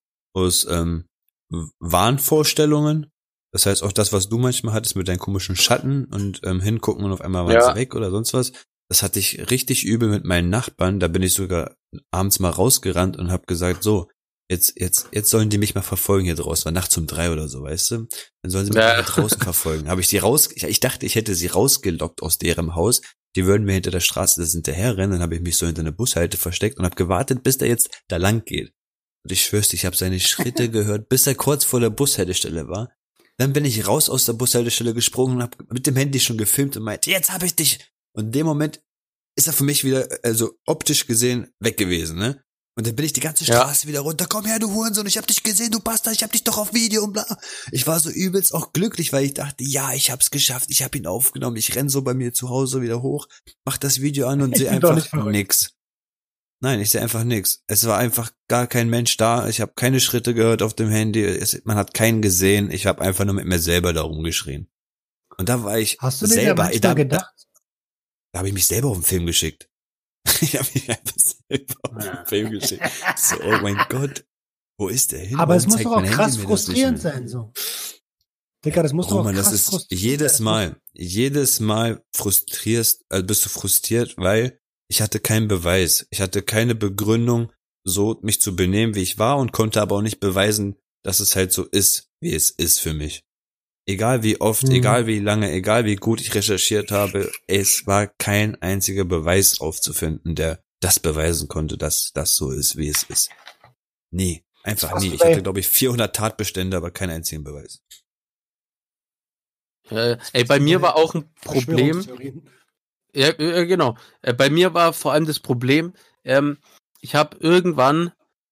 Wahnvorstellungen. Das heißt auch das, was du manchmal hattest mit deinen komischen Schatten und hingucken und auf einmal waren sie weg oder sonst was. Das hatte ich richtig übel mit meinen Nachbarn. Da bin ich sogar abends mal rausgerannt und habe gesagt, so, jetzt sollen die mich mal verfolgen hier draußen. War nachts um 3 oder so, weißt du? Dann sollen sie mich mal draußen verfolgen. Habe ich die ich dachte, ich hätte sie rausgelockt aus deren Haus. Die würden mir hinter der Straße das hinterherrennen. Dann habe ich mich so hinter einer Bushalte versteckt und habe gewartet, bis der jetzt da lang geht. Und ich schwör's dir, ich habe seine Schritte gehört, bis er kurz vor der Bushaltestelle war. Dann bin ich raus aus der Bushaltestelle gesprungen und habe mit dem Handy schon gefilmt und meinte, jetzt habe ich dich. Und in dem Moment ist er für mich wieder, also optisch gesehen, weg gewesen, ne? Und dann bin ich die ganze Straße wieder runter. Komm her, du Hurensohn, ich hab dich gesehen, du Bastard, ich hab dich doch auf Video und bla. Ich war so übelst auch glücklich, weil ich dachte, ja, ich hab's geschafft, ich hab ihn aufgenommen. Ich renn so bei mir zu Hause wieder hoch, mach das Video an und sehe einfach nix. Nein, ich sehe einfach nix. Es war einfach gar kein Mensch da. Ich habe keine Schritte gehört auf dem Handy. Man hat keinen gesehen. Ich habe einfach nur mit mir selber da rumgeschrien. Und da war ich Hast du selber gedacht? Da habe ich mich selber auf den Film geschickt. Ich habe mich einfach selber auf den Film geschickt. So, oh mein Gott, wo ist der hin? Aber es muss doch auch krass frustrierend sein, so. Digga, das muss doch auch krass frustrierend sein. Jedes Mal bist du frustriert, weil ich hatte keinen Beweis. Ich hatte keine Begründung, so mich zu benehmen, wie ich war und konnte aber auch nicht beweisen, dass es halt so ist, wie es ist für mich. Egal wie oft, egal wie lange, egal wie gut ich recherchiert habe, es war kein einziger Beweis aufzufinden, der das beweisen konnte, dass das so ist, wie es ist. Nie. Einfach nie. Ich hatte, glaube ich, 400 Tatbestände, aber keinen einzigen Beweis. Bei mir war auch ein Problem. Verschwörungstheorien. Ja, genau. Bei mir war vor allem das Problem, ich habe irgendwann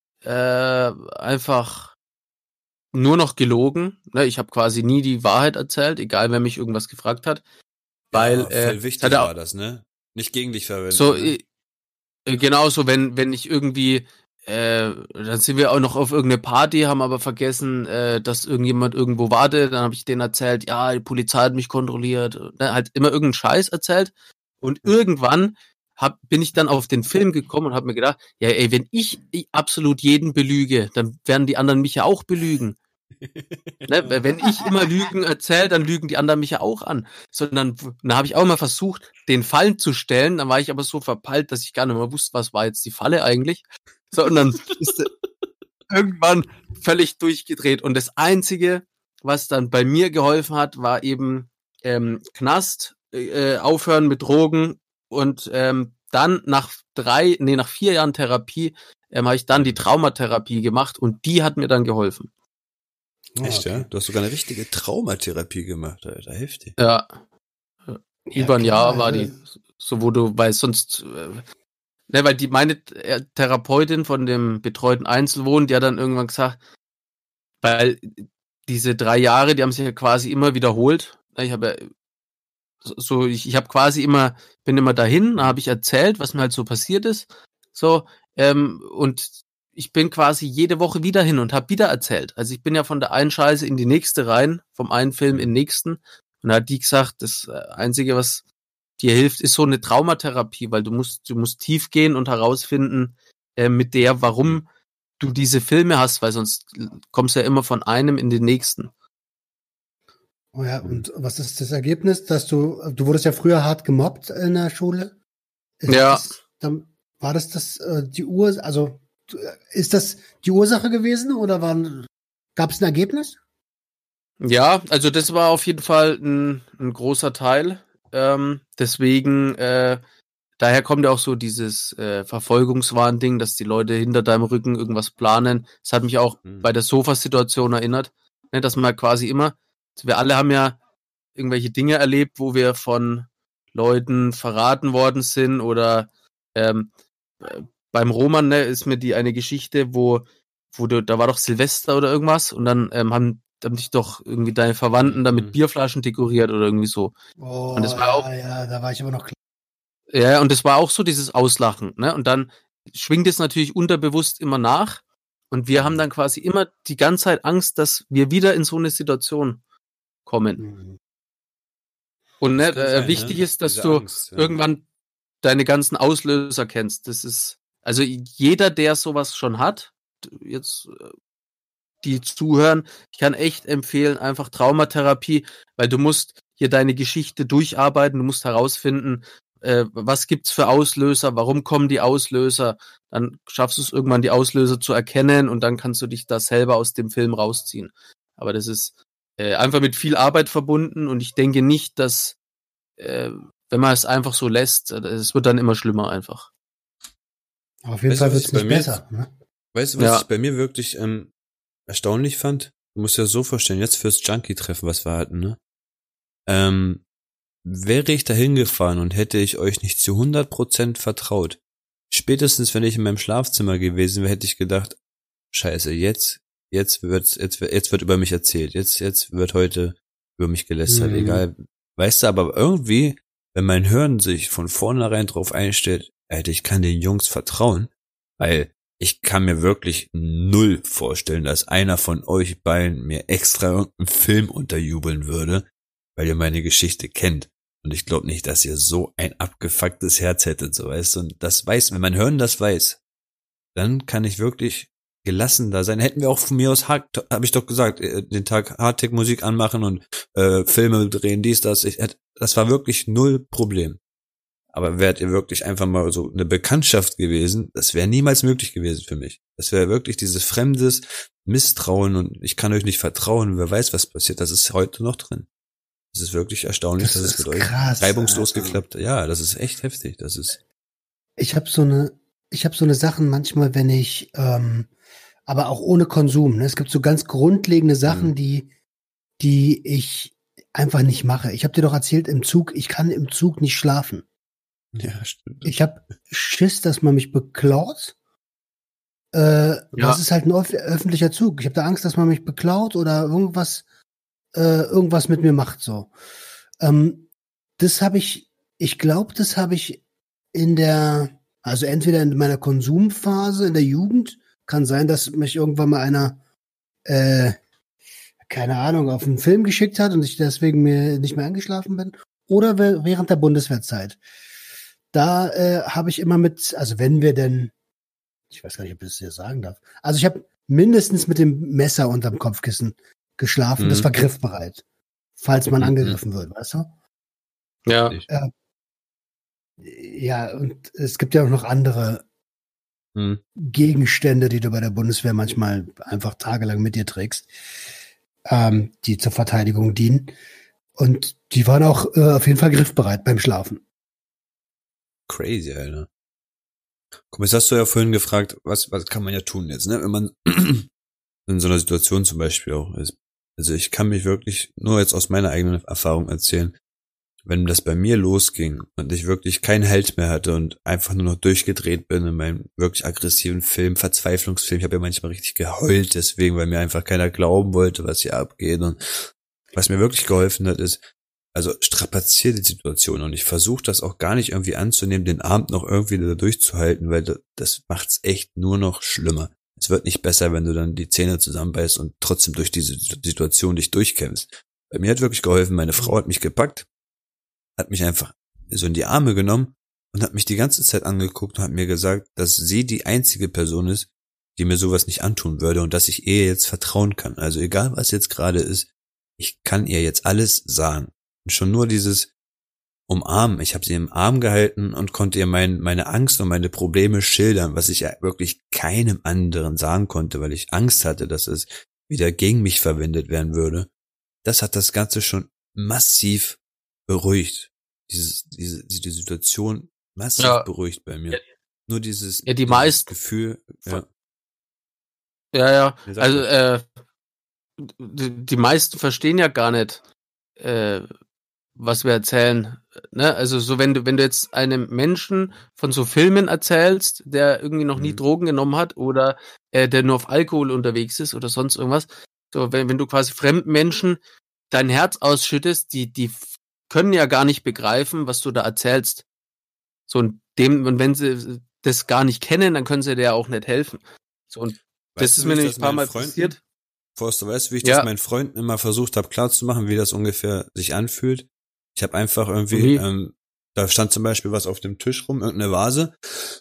einfach nur noch gelogen. Ne? Ich habe quasi nie die Wahrheit erzählt, egal wer mich irgendwas gefragt hat. Weil voll wichtig war das, ne? Nicht gegen dich verwenden. So, ne? genauso, wenn ich irgendwie, dann sind wir auch noch auf irgendeine Party, haben aber vergessen, dass irgendjemand irgendwo wartet. Dann habe ich denen erzählt, ja, die Polizei hat mich kontrolliert. Ne? Halt immer irgendeinen Scheiß erzählt. Und irgendwann bin ich dann auf den Film gekommen und habe mir gedacht, ja, ey, wenn ich absolut jeden belüge, dann werden die anderen mich ja auch belügen. Ne? Wenn ich immer Lügen erzähle, dann lügen die anderen mich ja auch an. Dann habe ich auch mal versucht, den Fallen zu stellen. Dann war ich aber so verpeilt, dass ich gar nicht mehr wusste, was war jetzt die Falle eigentlich. So, und dann ist irgendwann völlig durchgedreht. Und das Einzige, was dann bei mir geholfen hat, war eben Knast, aufhören mit Drogen und dann nach 4 Jahren Therapie habe ich dann die Traumatherapie gemacht und die hat mir dann geholfen. Echt, ja? Du hast sogar eine richtige Traumatherapie gemacht, Alter. Heftig. Ja. Über ein Jahr war also, die, so wo du, weil sonst, weil meine Therapeutin von dem betreuten Einzelwohnen, die hat dann irgendwann gesagt, weil diese 3 Jahre, die haben sich ja quasi immer wiederholt. Ich habe ich habe quasi bin immer dahin, da habe ich erzählt, was mir halt so passiert ist. So, und ich bin quasi jede Woche wieder hin und habe wieder erzählt. Also ich bin ja von der einen Scheiße in die nächste rein, vom einen Film in den nächsten. Und da hat die gesagt, das Einzige, was dir hilft, ist so eine Traumatherapie, weil du musst tief gehen und herausfinden, mit der, warum du diese Filme hast, weil sonst kommst du ja immer von einem in den nächsten. Oh ja, und was ist das Ergebnis, dass du wurdest ja früher hart gemobbt in der Schule? War das die Ursache, also ist das die Ursache gewesen oder gab es ein Ergebnis? Ja, also das war auf jeden Fall ein großer Teil. Deswegen, daher kommt ja auch so dieses Verfolgungswahn-Ding, dass die Leute hinter deinem Rücken irgendwas planen. Das hat mich auch bei der Sofa-Situation erinnert, ne, dass man quasi immer, wir alle haben ja irgendwelche Dinge erlebt, wo wir von Leuten verraten worden sind oder beim Roman, ne, ist mir die eine Geschichte, da war doch Silvester oder irgendwas und dann haben dich doch irgendwie deine Verwandten da mit Bierflaschen dekoriert oder irgendwie so. Oh, und das war auch, ja, da war ich aber noch klein. Ja, und das war auch so dieses Auslachen, ne? Und dann schwingt es natürlich unterbewusst immer nach und wir haben dann quasi immer die ganze Zeit Angst, dass wir wieder in so eine Situation kommen. Und ne, wichtig ist, dass du Angst, irgendwann deine ganzen Auslöser kennst. Das ist, also jeder, der sowas schon hat, jetzt die zuhören, ich kann echt empfehlen, einfach Traumatherapie, weil du musst hier deine Geschichte durcharbeiten, du musst herausfinden, was gibt's für Auslöser, warum kommen die Auslöser, dann schaffst du es irgendwann, die Auslöser zu erkennen und dann kannst du dich da selber aus dem Film rausziehen. Aber das ist einfach mit viel Arbeit verbunden und ich denke nicht, dass wenn man es einfach so lässt, es wird dann immer schlimmer einfach. Auf jeden Fall wird es nicht besser. Ne? Weißt du, was ich bei mir wirklich erstaunlich fand? Du musst dir das so vorstellen, jetzt fürs Junkie-Treffen, was wir hatten, ne? Wäre ich da hingefahren und hätte ich euch nicht zu 100% vertraut, spätestens wenn ich in meinem Schlafzimmer gewesen wäre, hätte ich gedacht, scheiße, jetzt wird über mich erzählt, jetzt wird heute über mich gelästert, egal. Weißt du, aber irgendwie, wenn mein Hirn sich von vornherein drauf einstellt, Alter, ich kann den Jungs vertrauen, weil ich kann mir wirklich null vorstellen, dass einer von euch beiden mir extra irgendeinen Film unterjubeln würde, weil ihr meine Geschichte kennt. Und ich glaube nicht, dass ihr so ein abgefucktes Herz hättet, so weißt du. Und das weiß, wenn mein Hirn das weiß, dann kann ich wirklich gelassen da sein. Hätten wir auch von mir aus, habe ich doch gesagt, den Tag Hardtech-Musik anmachen und Filme drehen, dies, das. Das war wirklich null Problem. Aber wärt ihr wirklich einfach mal so eine Bekanntschaft gewesen, das wäre niemals möglich gewesen für mich. Das wäre wirklich dieses fremdes Misstrauen und ich kann euch nicht vertrauen, wer weiß, was passiert. Das ist heute noch drin. Das ist wirklich erstaunlich, dass es mit euch reibungslos geklappt hat. Ja, das ist echt heftig. Das ist. Ich habe so eine Sachen manchmal, wenn ich, aber auch ohne Konsum. Ne? Es gibt so ganz grundlegende Sachen, die ich einfach nicht mache. Ich habe dir doch erzählt, ich kann im Zug nicht schlafen. Ja, stimmt. Ich habe Schiss, dass man mich beklaut. Das ist halt ein öffentlicher Zug. Ich habe da Angst, dass man mich beklaut oder irgendwas mit mir macht so. Das habe ich glaube, das habe ich also entweder in meiner Konsumphase in der Jugend, kann sein, dass mich irgendwann mal einer, keine Ahnung, auf einen Film geschickt hat und ich deswegen mir nicht mehr eingeschlafen bin, oder während der Bundeswehrzeit. Da habe ich immer also wenn wir denn, ich weiß gar nicht, ob ich das hier sagen darf, also ich habe mindestens mit dem Messer unterm Kopfkissen geschlafen, das war griffbereit, falls man angegriffen wird, weißt du? Ja. Ja, und es gibt ja auch noch andere Gegenstände, die du bei der Bundeswehr manchmal einfach tagelang mit dir trägst, die zur Verteidigung dienen. Und die waren auch auf jeden Fall griffbereit beim Schlafen. Crazy, Alter. Komm, jetzt hast du ja vorhin gefragt, was kann man ja tun jetzt, ne? Wenn man in so einer Situation zum Beispiel auch ist. Also ich kann mich wirklich nur jetzt aus meiner eigenen Erfahrung erzählen, wenn das bei mir losging und ich wirklich keinen Halt mehr hatte und einfach nur noch durchgedreht bin in meinem wirklich aggressiven Film, Verzweiflungsfilm. Ich habe ja manchmal richtig geheult deswegen, weil mir einfach keiner glauben wollte, was hier abgeht. Und was mir wirklich geholfen hat, ist, also strapaziere die Situation und ich versuche das auch gar nicht irgendwie anzunehmen, den Abend noch irgendwie da durchzuhalten, weil das macht's echt nur noch schlimmer. Es wird nicht besser, wenn du dann die Zähne zusammenbeißt und trotzdem durch diese Situation dich durchkämpfst. Bei mir hat wirklich geholfen, meine Frau hat mich gepackt, hat mich einfach so in die Arme genommen und hat mich die ganze Zeit angeguckt und hat mir gesagt, dass sie die einzige Person ist, die mir sowas nicht antun würde und dass ich ihr jetzt vertrauen kann. Also egal, was jetzt gerade ist, ich kann ihr jetzt alles sagen. Und schon nur dieses Umarmen. Ich habe sie im Arm gehalten und konnte ihr meine Angst und meine Probleme schildern, was ich ja wirklich keinem anderen sagen konnte, weil ich Angst hatte, dass es wieder gegen mich verwendet werden würde. Das hat das Ganze schon massiv beruhigt. Diese Situation massiv beruhigt bei mir. Nur dieses Gefühl. Ja. Also die meisten verstehen ja gar nicht, was wir erzählen. Ne? Also so wenn du jetzt einem Menschen von so Filmen erzählst, der irgendwie noch nie Drogen genommen hat oder der nur auf Alkohol unterwegs ist oder sonst irgendwas, so wenn du quasi fremden Menschen dein Herz ausschüttest, die können ja gar nicht begreifen, was du da erzählst. So und wenn sie das gar nicht kennen, dann können sie dir ja auch nicht helfen. So und das ist mir nämlich ein paar Mal passiert. Forster, weißt du, wie ich das meinen Freunden immer versucht habe klarzumachen, wie das ungefähr sich anfühlt? Ich habe einfach irgendwie, da stand zum Beispiel was auf dem Tisch rum, irgendeine Vase.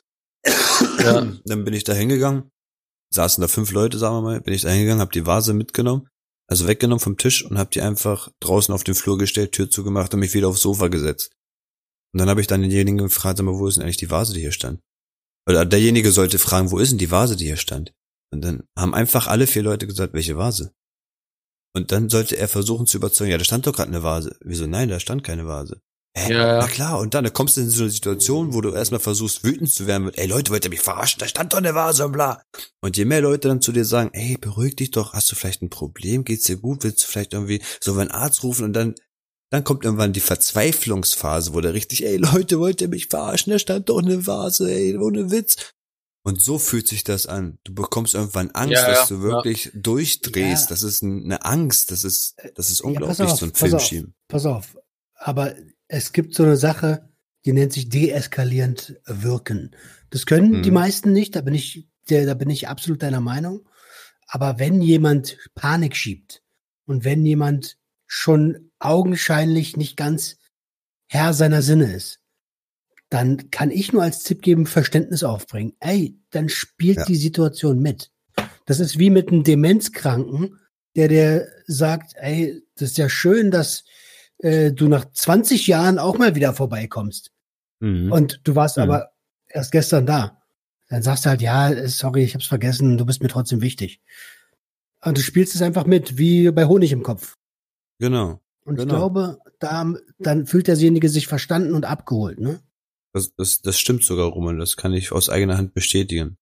Ja. Dann bin ich da hingegangen, saßen da 5 Leute, sagen wir mal, bin ich da hingegangen, habe die Vase mitgenommen, also weggenommen vom Tisch und habe die einfach draußen auf den Flur gestellt, Tür zugemacht und mich wieder aufs Sofa gesetzt. Und dann habe ich dann denjenigen gefragt, sag mal, wo ist denn eigentlich die Vase, die hier stand? Oder derjenige sollte fragen, wo ist denn die Vase, die hier stand? Und dann haben einfach alle 4 Leute gesagt, welche Vase? Und dann sollte er versuchen zu überzeugen, ja, da stand doch gerade eine Vase. Wieso? Nein, da stand keine Vase. Ja. Na klar, und dann kommst du in so eine Situation, wo du erstmal versuchst, wütend zu werden mit, ey Leute, wollt ihr mich verarschen? Da stand doch eine Vase und bla. Und je mehr Leute dann zu dir sagen, ey, beruhig dich doch, hast du vielleicht ein Problem? Geht's dir gut? Willst du vielleicht irgendwie so einen Arzt rufen? Und dann kommt irgendwann die Verzweiflungsphase, wo der richtig, ey Leute, wollt ihr mich verarschen? Da stand doch eine Vase, ey, ohne Witz. Und so fühlt sich das an. Du bekommst irgendwann Angst, dass du wirklich durchdrehst. Ja. Das ist eine Angst. Das ist unglaublich, so ein Filmschieben. Pass auf. Aber es gibt so eine Sache, die nennt sich deeskalierend wirken. Das können die meisten nicht. Da bin ich absolut deiner Meinung. Aber wenn jemand Panik schiebt und wenn jemand schon augenscheinlich nicht ganz Herr seiner Sinne ist, dann kann ich nur als Tipp geben, Verständnis aufbringen. Ey, dann spielt die Situation mit. Das ist wie mit einem Demenzkranken, der sagt, ey, das ist ja schön, dass du nach 20 Jahren auch mal wieder vorbeikommst. Und du warst aber erst gestern da. Dann sagst du halt, ja, sorry, ich hab's vergessen, du bist mir trotzdem wichtig. Und du spielst es einfach mit, wie bei Honig im Kopf. Genau. Und ich glaube, dann fühlt derjenige sich verstanden und abgeholt, ne? Das stimmt sogar, Roman, das kann ich aus eigener Hand bestätigen.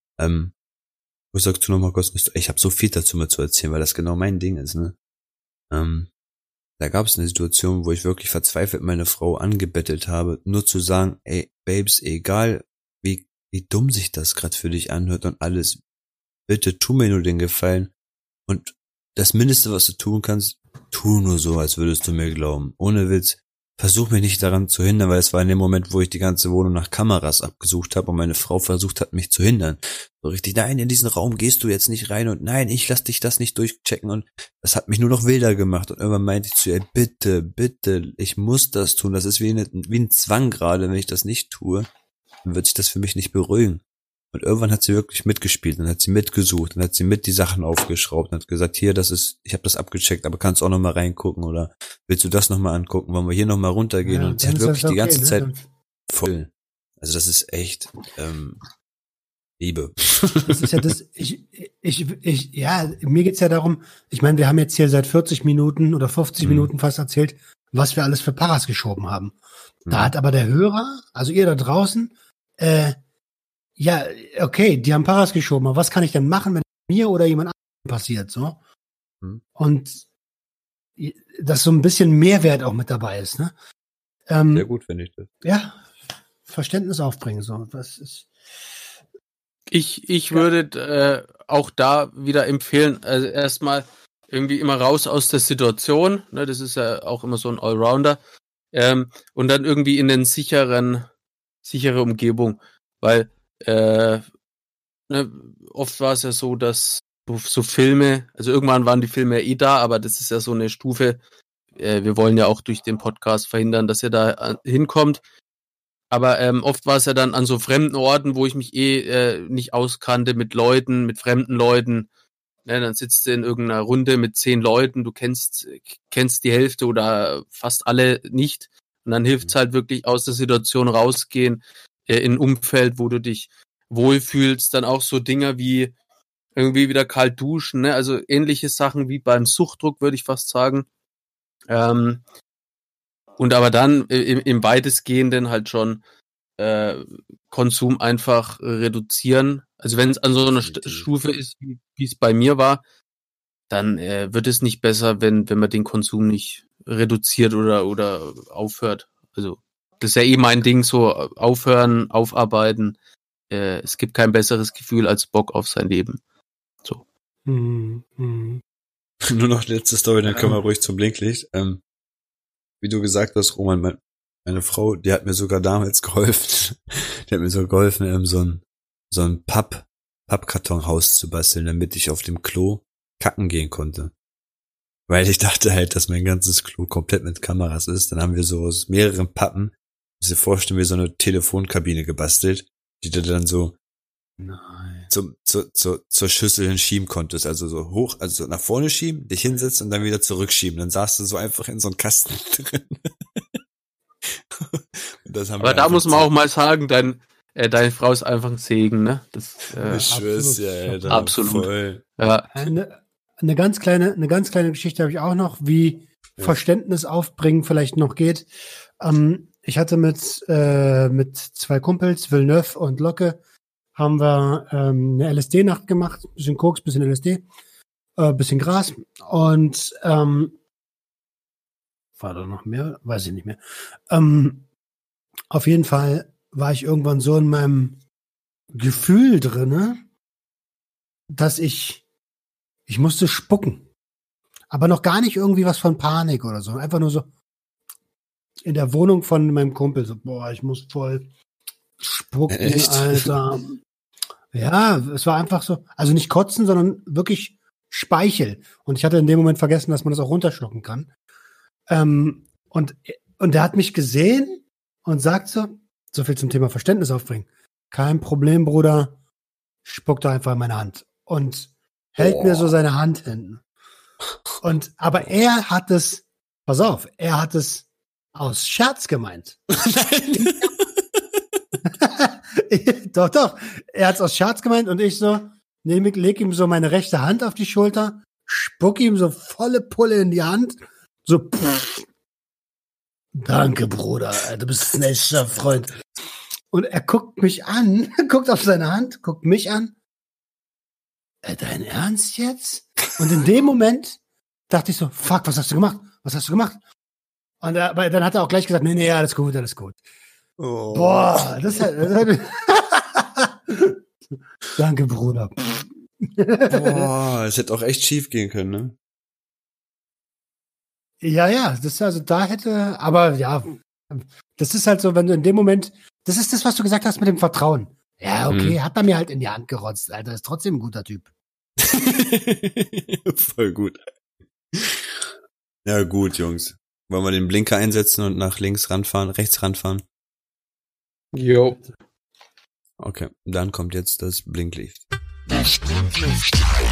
Was sagst du nochmal kurz? Ich habe so viel dazu mal zu erzählen, weil das genau mein Ding ist, ne? Da gab es eine Situation, wo ich wirklich verzweifelt meine Frau angebettelt habe, nur zu sagen, ey, Babes, egal wie dumm sich das gerade für dich anhört und alles, bitte tu mir nur den Gefallen und das Mindeste, was du tun kannst, tu nur so, als würdest du mir glauben. Ohne Witz, versuch mich nicht daran zu hindern, weil es war in dem Moment, wo ich die ganze Wohnung nach Kameras abgesucht habe und meine Frau versucht hat, mich zu hindern. So richtig, nein, in diesen Raum gehst du jetzt nicht rein und nein, ich lass dich das nicht durchchecken und das hat mich nur noch wilder gemacht und irgendwann meinte ich zu ihr, bitte, ich muss das tun, das ist wie ein Zwang gerade, wenn ich das nicht tue, dann wird sich das für mich nicht beruhigen. Und irgendwann hat sie wirklich mitgespielt, dann hat sie mitgesucht, dann hat sie mit die Sachen aufgeschraubt und hat gesagt, hier, ich habe das abgecheckt, aber kannst auch noch mal reingucken oder willst du das noch mal angucken, wollen wir hier noch mal runtergehen? Ja, und sie hat wirklich die ganze Zeit voll. Also das ist echt Liebe. Das ist ja das, ja, mir geht's ja darum, ich meine, wir haben jetzt hier seit 40 Minuten oder 50 Minuten fast erzählt, was wir alles für Paras geschoben haben. Da hat aber der Hörer, also ihr da draußen, ja, okay, die haben Paras geschoben, aber was kann ich denn machen, wenn mir oder jemand anderem passiert, so? Und dass so ein bisschen Mehrwert auch mit dabei ist, ne? Sehr gut, finde ich das. Ja, Verständnis aufbringen, so. Das ist. Ich würde auch da wieder empfehlen, also erstmal irgendwie immer raus aus der Situation, ne? Das ist ja auch immer so ein Allrounder. Und dann irgendwie in den sichere Umgebung, weil oft war es ja so, dass so Filme, also irgendwann waren die Filme ja da, aber das ist ja so eine Stufe, wir wollen ja auch durch den Podcast verhindern, dass ihr da hinkommt, aber oft war es ja dann an so fremden Orten, wo ich mich nicht auskannte mit Leuten, mit fremden Leuten, ne, dann sitzt du in irgendeiner Runde mit 10 Leuten, du kennst die Hälfte oder fast alle nicht und dann hilft es halt wirklich aus der Situation rausgehen, in ein Umfeld, wo du dich wohlfühlst, dann auch so Dinger wie irgendwie wieder kalt duschen, ne? Also ähnliche Sachen wie beim Suchtdruck, würde ich fast sagen. Und aber dann im weitestgehenden halt schon Konsum einfach reduzieren. Also wenn es an so einer Stufe ist, wie es bei mir war, dann wird es nicht besser, wenn man den Konsum nicht reduziert oder aufhört. Also das ist ja eh mein Ding, so aufhören, aufarbeiten. Es gibt kein besseres Gefühl als Bock auf sein Leben. So. Nur noch letzte Story, dann können wir ruhig zum Blinklicht. Wie du gesagt hast, Roman, meine Frau, die hat mir sogar damals geholfen. Die hat mir so geholfen, so ein Pappkartonhaus zu basteln, damit ich auf dem Klo kacken gehen konnte. Weil ich dachte halt, dass mein ganzes Klo komplett mit Kameras ist. Dann haben wir so aus mehreren Pappen, muss dir vorstellen, wie so eine Telefonkabine gebastelt, die du dann so zur Schüssel hinschieben konntest. Also so hoch, also nach vorne schieben, dich hinsetzen und dann wieder zurückschieben. Dann saßt du so einfach in so einem Kasten drin. Aber da muss man auch mal sagen, deine Frau ist einfach ein Segen, ne? Das, ich schwör's ja, Alter. Absolut. Voll. Ja. Eine ganz kleine Geschichte habe ich auch noch, wie Verständnis aufbringen vielleicht noch geht. Ich hatte mit 2 Kumpels, Villeneuve und Locke, haben wir eine LSD-Nacht gemacht, bisschen Koks, bisschen LSD, bisschen Gras und war da noch mehr? Weiß ich nicht mehr. Auf jeden Fall war ich irgendwann so in meinem Gefühl drinne, dass ich musste spucken. Aber noch gar nicht irgendwie was von Panik oder so. Einfach nur so in der Wohnung von meinem Kumpel. So, boah, ich muss voll spucken, echt? Alter. Ja, es war einfach so, also nicht kotzen, sondern wirklich Speichel. Und ich hatte in dem Moment vergessen, dass man das auch runterschlucken kann. Und der hat mich gesehen und sagt so viel zum Thema Verständnis aufbringen. Kein Problem, Bruder. Spuckt doch einfach in meine Hand. Und hält mir so seine Hand hin. Aber er hat es, pass auf, er hat es aus Scherz gemeint. Doch. Er hat es aus Scherz gemeint und ich so, leg ihm so meine rechte Hand auf die Schulter, spuck ihm so volle Pulle in die Hand, so, danke, Bruder, du bist ein echter Freund. Und er guckt mich an, guckt auf seine Hand, guckt mich an. Dein Ernst jetzt? Und in dem Moment dachte ich so, fuck, was hast du gemacht? was hast du gemacht? Und aber dann hat er auch gleich gesagt, nee, alles gut, alles gut. Oh. Boah, das hat Danke, Bruder. Boah, es hätte auch echt schief gehen können, ne? Ja, das ist also da hätte, aber ja, das ist halt so, wenn du in dem Moment, das ist das, was du gesagt hast mit dem Vertrauen. Ja, okay, hat er mir halt in die Hand gerotzt, Alter, ist trotzdem ein guter Typ. Voll gut. Ja, gut, Jungs. Wollen wir den Blinker einsetzen und nach rechts ranfahren? Jo. Okay, dann kommt jetzt das Blinklicht. Das Blinklicht.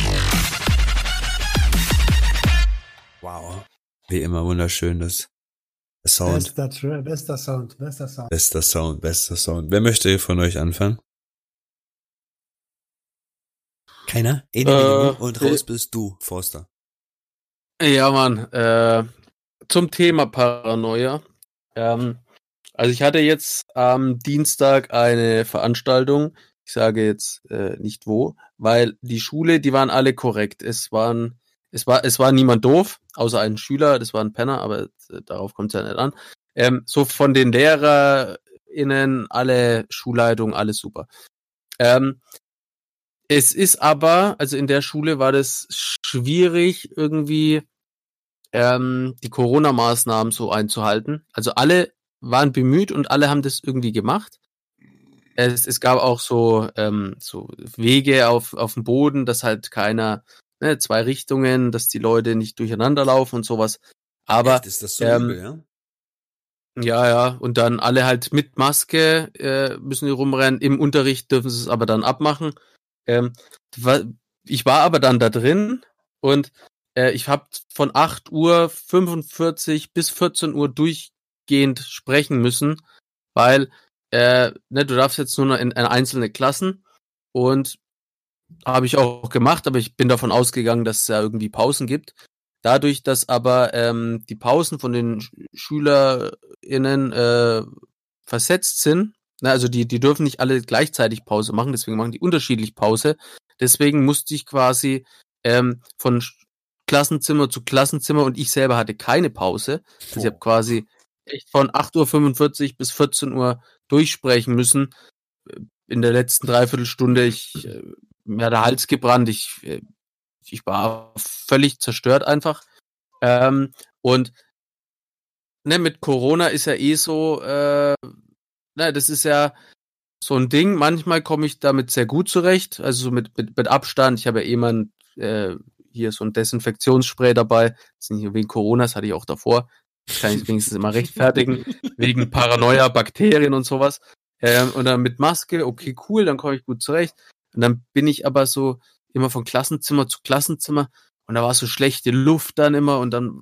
Wow. Wie immer wunderschön, das Sound. Bester Sound. Bester Sound. Wer möchte von euch anfangen? Keiner? Und raus bist du, Forster. Ja, Mann. Zum Thema Paranoia. Also ich hatte jetzt am Dienstag eine Veranstaltung. Ich sage jetzt nicht wo, weil die Schule, die waren alle korrekt. Es war niemand doof, außer ein Schüler, das war ein Penner, aber darauf kommt es ja nicht an. So von den LehrerInnen, alle Schulleitungen, alles super. Es ist aber, also in der Schule war das schwierig, irgendwie die Corona-Maßnahmen so einzuhalten. Also alle waren bemüht und alle haben das irgendwie gemacht. Es gab auch so Wege auf dem Boden, dass halt keiner, 2 Richtungen, dass die Leute nicht durcheinander laufen und sowas. Aber echt, ist das so übel, ja? Ja, und dann alle halt mit Maske müssen die rumrennen. Im Unterricht dürfen sie es aber dann abmachen. Ich war aber dann da drin und ich habe von 8:45 bis 14 Uhr durchgehend sprechen müssen, weil du darfst jetzt nur noch in einzelne Klassen und habe ich auch gemacht, aber ich bin davon ausgegangen, dass es ja irgendwie Pausen gibt. Dadurch, dass aber die Pausen von den SchülerInnen versetzt sind, also die dürfen nicht alle gleichzeitig Pause machen, deswegen machen die unterschiedlich Pause. Deswegen musste ich quasi von Klassenzimmer zu Klassenzimmer und ich selber hatte keine Pause. Also ich habe quasi echt von 8:45 bis 14 Uhr durchsprechen müssen. In der letzten Dreiviertelstunde, mir hat der Hals gebrannt, ich war völlig zerstört einfach. Und mit Corona ist ja so, das ist ja so ein Ding. Manchmal komme ich damit sehr gut zurecht, also so mit Abstand. Ich habe ja jemand hier so ein Desinfektionsspray dabei. Das ist nicht nur wegen Corona, das hatte ich auch davor. Das kann ich wenigstens immer rechtfertigen. Wegen Paranoia, Bakterien und sowas. Und dann mit Maske, okay, cool, dann komme ich gut zurecht. Und dann bin ich aber so immer von Klassenzimmer zu Klassenzimmer und da war so schlechte Luft dann immer und dann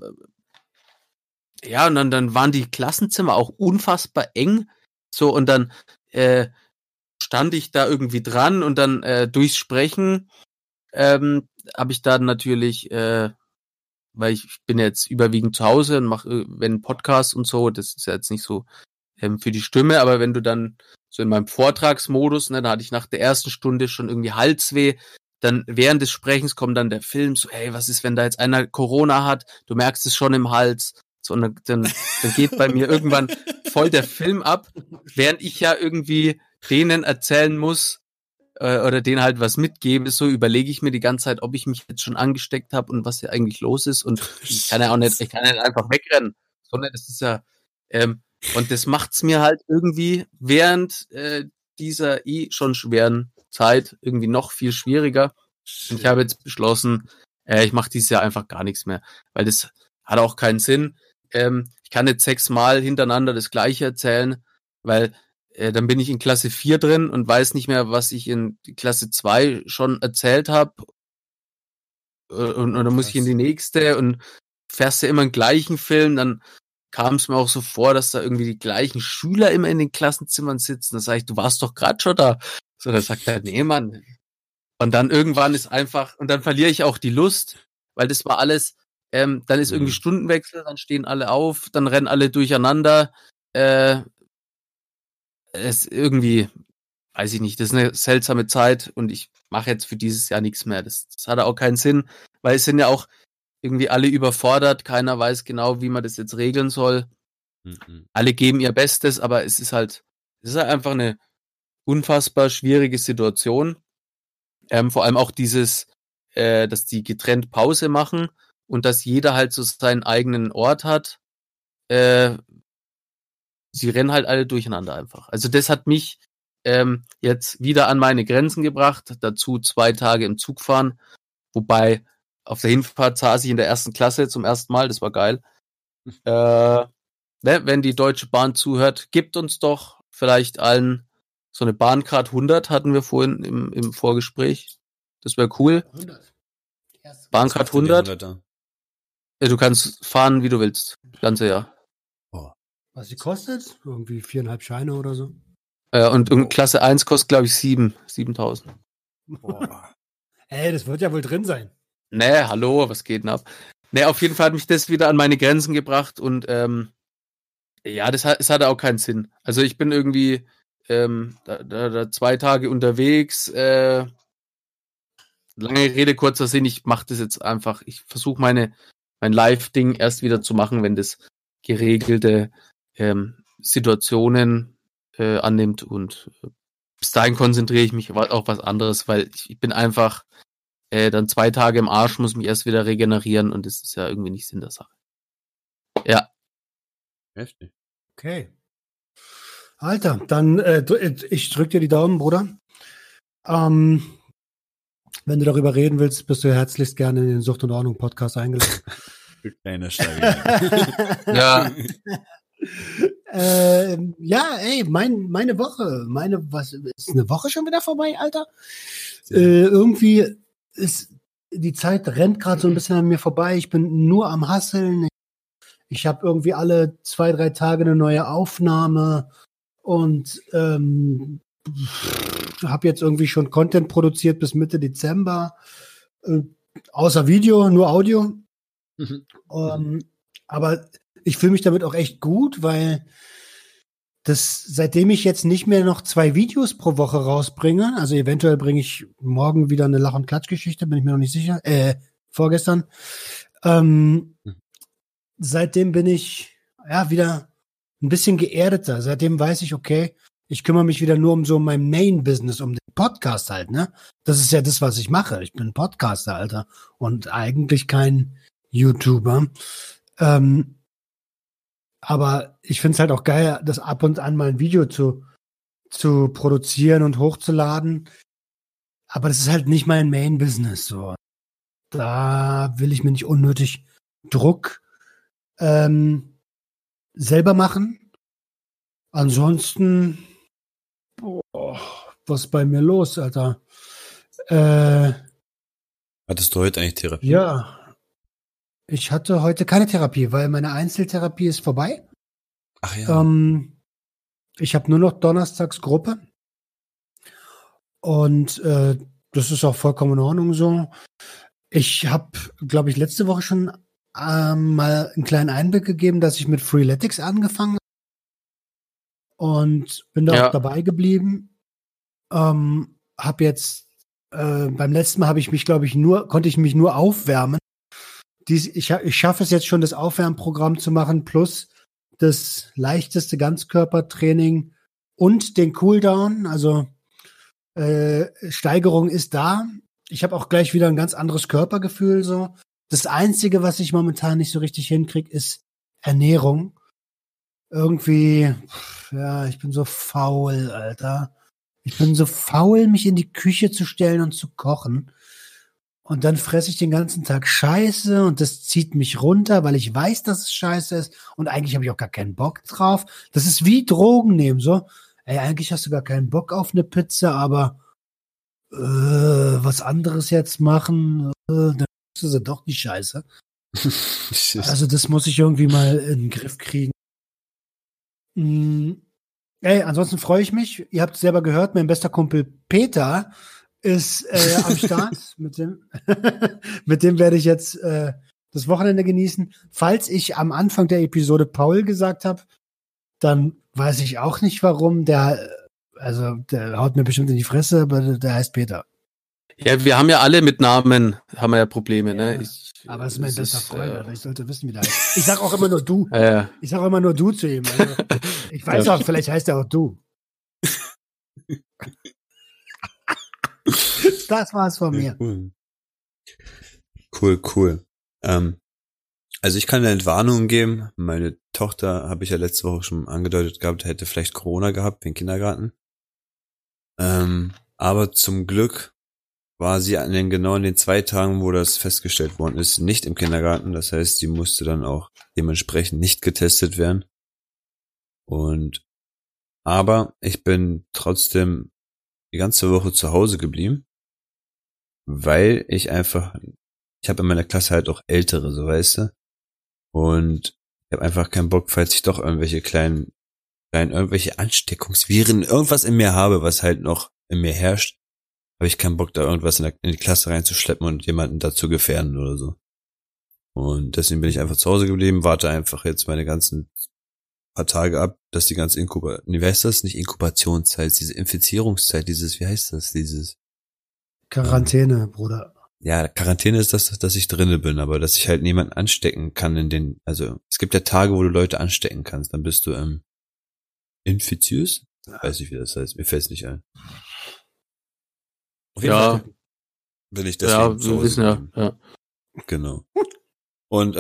und dann waren die Klassenzimmer auch unfassbar eng. So, und dann stand ich da irgendwie dran und dann durchs Sprechen habe ich dann natürlich, weil ich bin jetzt überwiegend zu Hause und mache, wenn Podcast und so, das ist ja jetzt nicht so für die Stimme, aber wenn du dann so in meinem Vortragsmodus, da hatte ich nach der ersten Stunde schon irgendwie Halsweh, dann während des Sprechens kommt dann der Film, so, hey, was ist, wenn da jetzt einer Corona hat, du merkst es schon im Hals, so, und dann geht bei mir irgendwann voll der Film ab, während ich ja irgendwie denen erzählen muss, oder denen halt was mitgebe, so überlege ich mir die ganze Zeit, ob ich mich jetzt schon angesteckt habe und was hier eigentlich los ist und ich kann ja nicht einfach wegrennen, sondern das ist ja, und das macht's mir halt irgendwie während dieser schon schweren Zeit irgendwie noch viel schwieriger. Und ich habe jetzt beschlossen, ich mache dieses Jahr einfach gar nichts mehr, weil das hat auch keinen Sinn. Ich kann jetzt 6 Mal hintereinander das Gleiche erzählen, weil dann bin ich in Klasse 4 drin und weiß nicht mehr, was ich in Klasse 2 schon erzählt habe. Und dann muss ich in die nächste und fährst ja immer den gleichen Film, dann kam es mir auch so vor, dass da irgendwie die gleichen Schüler immer in den Klassenzimmern sitzen. Da sage ich, du warst doch gerade schon da. So, dann sagt er, nee, Mann. Und dann irgendwann ist einfach, und dann verliere ich auch die Lust, weil das war alles, dann ist irgendwie Stundenwechsel, dann stehen alle auf, dann rennen alle durcheinander. Es irgendwie, weiß ich nicht, das ist eine seltsame Zeit und ich mache jetzt für dieses Jahr nichts mehr. Das hat auch keinen Sinn, weil es sind ja auch irgendwie alle überfordert, keiner weiß genau, wie man das jetzt regeln soll. Alle geben ihr Bestes, aber es ist halt einfach eine unfassbar schwierige Situation. Vor allem auch dieses, dass die getrennt Pause machen und dass jeder halt so seinen eigenen Ort hat. Sie rennen halt alle durcheinander einfach. Also das hat mich jetzt wieder an meine Grenzen gebracht. Dazu 2 Tage im Zug fahren. Wobei auf der Hinfahrt saß ich in der 1. Klasse zum ersten Mal. Das war geil. Wenn die Deutsche Bahn zuhört, gibt uns doch vielleicht allen so eine Bahncard 100, hatten wir vorhin im Vorgespräch. Das wäre cool. 100. Yes. Bahncard 100. Ja, du kannst fahren, wie du willst. Das ganze Jahr. Was sie kostet? Irgendwie 4,5 Scheine oder so. Und Klasse 1 kostet, glaube ich, 7.000. Ey, das wird ja wohl drin sein. Nee, hallo, was geht denn ab? Nee, auf jeden Fall hat mich das wieder an meine Grenzen gebracht und ja, es hatte auch keinen Sinn. Also ich bin irgendwie da 2 Tage unterwegs, lange Rede, kurzer Sinn, ich mache das jetzt einfach, ich versuche mein Live-Ding erst wieder zu machen, wenn das geregelte Situationen annimmt und bis dahin konzentriere ich mich auf was anderes, weil ich bin einfach dann 2 Tage im Arsch, muss mich erst wieder regenerieren und das ist ja irgendwie nicht Sinn der Sache. Ja. Heftig. Okay. Alter, dann ich drück dir die Daumen, Bruder. Wenn du darüber reden willst, bist du herzlichst gerne in den Sucht und Ordnung Podcast eingeladen. Kleiner Stein. Ja. Ja, ey, meine Woche. Was ist eine Woche schon wieder vorbei, Alter? Irgendwie ist die Zeit rennt gerade so ein bisschen an mir vorbei. Ich bin nur am Hasseln. Ich habe irgendwie alle 2, 3 Tage eine neue Aufnahme und habe jetzt irgendwie schon Content produziert bis Mitte Dezember. Außer Video, nur Audio. Aber ich fühle mich damit auch echt gut, weil seitdem ich jetzt nicht mehr noch 2 Videos pro Woche rausbringe, also eventuell bringe ich morgen wieder eine Lach- und Klatschgeschichte, bin ich mir noch nicht sicher, vorgestern, seitdem bin ich ja wieder ein bisschen geerdeter. Seitdem weiß ich, okay, ich kümmere mich wieder nur um so mein Main-Business, um den Podcast halt, ne? Das ist ja das, was ich mache. Ich bin Podcaster, Alter. Und eigentlich kein YouTuber. Aber ich finde es halt auch geil, das ab und an mal ein Video zu produzieren und hochzuladen. Aber das ist halt nicht mein Main-Business, so. Da will ich mir nicht unnötig Druck selber machen. Ansonsten, was ist bei mir los, Alter? Hattest du heute eigentlich Therapie? Ja. Ich hatte heute keine Therapie, weil meine Einzeltherapie ist vorbei. Ach ja. Ich habe nur noch donnerstags Gruppe. Und das ist auch vollkommen in Ordnung so. Ich habe, glaube ich, letzte Woche schon mal einen kleinen Einblick gegeben, dass ich mit Freeletics angefangen habe. Und bin da auch dabei geblieben. Hab jetzt, beim letzten Mal konnte ich mich nur aufwärmen. Ich schaffe es jetzt schon, das Aufwärmprogramm zu machen, plus das leichteste Ganzkörpertraining und den Cooldown. Also Steigerung ist da. Ich habe auch gleich wieder ein ganz anderes Körpergefühl. So. Das Einzige, was ich momentan nicht so richtig hinkriege, ist Ernährung. Irgendwie, ja, ich bin so faul, Alter. Ich bin so faul, mich in die Küche zu stellen und zu kochen. Und dann fresse ich den ganzen Tag Scheiße und das zieht mich runter, weil ich weiß, dass es Scheiße ist und eigentlich habe ich auch gar keinen Bock drauf. Das ist wie Drogen nehmen, so. Ey, eigentlich hast du gar keinen Bock auf eine Pizza, aber was anderes jetzt machen, dann ist sie doch die Scheiße. Also das muss ich irgendwie mal in den Griff kriegen. Ey, ansonsten freue ich mich. Ihr habt es selber gehört, mein bester Kumpel Peter ist am Start. Mit dem werde ich jetzt das Wochenende genießen. Falls ich am Anfang der Episode Paul gesagt habe, dann weiß ich auch nicht warum. Der haut mir bestimmt in die Fresse, aber der heißt Peter. Ja, wir haben ja alle mit Namen, haben wir ja Probleme, Ja. ne? Aber es ist mein bester Freund, äh, Alter. Ich sollte wissen, wie der heißt. Ich sag auch immer nur du. Ja. Ich sag auch immer nur du zu ihm. Also, ich weiß auch, vielleicht heißt er auch du. Das war's von mir. Cool. Also ich kann eine Entwarnung geben. Meine Tochter, habe ich ja letzte Woche schon angedeutet gehabt, hätte vielleicht Corona gehabt im Kindergarten. Aber zum Glück war sie genau in den 2 Tagen, wo das festgestellt worden ist, nicht im Kindergarten. Das heißt, sie musste dann auch dementsprechend nicht getestet werden. Aber ich bin trotzdem die ganze Woche zu Hause geblieben, weil ich habe in meiner Klasse halt auch Ältere, so weißt du. Und ich habe einfach keinen Bock, falls ich doch irgendwelche irgendwelche Ansteckungsviren, irgendwas in mir habe, was halt noch in mir herrscht, habe ich keinen Bock, da irgendwas in die Klasse reinzuschleppen und jemanden dazu gefährden oder so. Und deswegen bin ich einfach zu Hause geblieben, warte einfach jetzt meine ganzen paar Tage ab, dass die ganze wie heißt das? Nicht Inkubationszeit, diese Infizierungszeit, wie heißt das? Quarantäne, Bruder. Ja, Quarantäne ist das, dass ich drinne bin, aber dass ich halt niemanden anstecken kann also es gibt ja Tage, wo du Leute anstecken kannst, dann bist du infiziös? Weiß nicht, wie das heißt, mir fällt es nicht ein. Auf jeden Fall will ich deswegen zu Hause bleiben. Ja. Genau. Und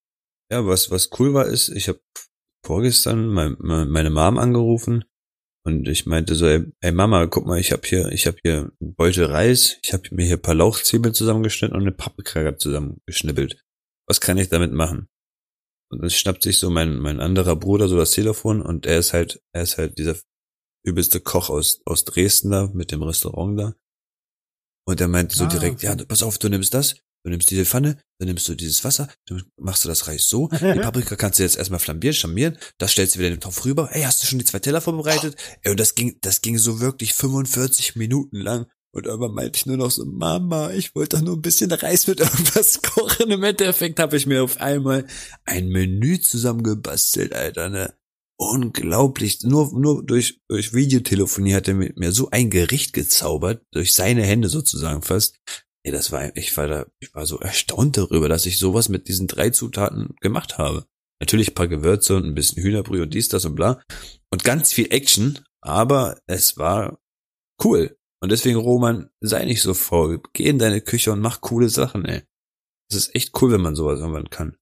was cool war, ist, ich habe vorgestern meine Mom angerufen und ich meinte so, ey Mama, guck mal, ich habe hier einen Beutel Reis, ich habe mir hier ein paar Lauchzwiebeln zusammengeschnitten und eine Paprika zusammengeschnippelt. Was kann ich damit machen? Und dann schnappt sich so mein anderer Bruder so das Telefon und er ist halt dieser übelste Koch aus Dresden da, mit dem Restaurant da. Und er meinte so direkt, okay. Ja, pass auf, du nimmst diese Pfanne, dann nimmst du dieses Wasser, dann machst du das Reis so, die Paprika kannst du jetzt erstmal schammieren, das stellst du wieder in den Topf rüber, ey, hast du schon die 2 Teller vorbereitet? Ey, und das ging so wirklich 45 Minuten lang. Und irgendwann meinte ich nur noch so, Mama, ich wollte doch nur ein bisschen Reis mit irgendwas kochen. Im Endeffekt habe ich mir auf einmal ein Menü zusammengebastelt, Alter, ne? Unglaublich. Nur durch Videotelefonie hat er mit mir so ein Gericht gezaubert, durch seine Hände sozusagen fast. Ey, ich war so erstaunt darüber, dass ich sowas mit diesen 3 Zutaten gemacht habe. Natürlich ein paar Gewürze und ein bisschen Hühnerbrühe und dies, das und bla. Und ganz viel Action, aber es war cool. Und deswegen, Roman, sei nicht so faul. Geh in deine Küche und mach coole Sachen, ey. Es ist echt cool, wenn man sowas irgendwann kann.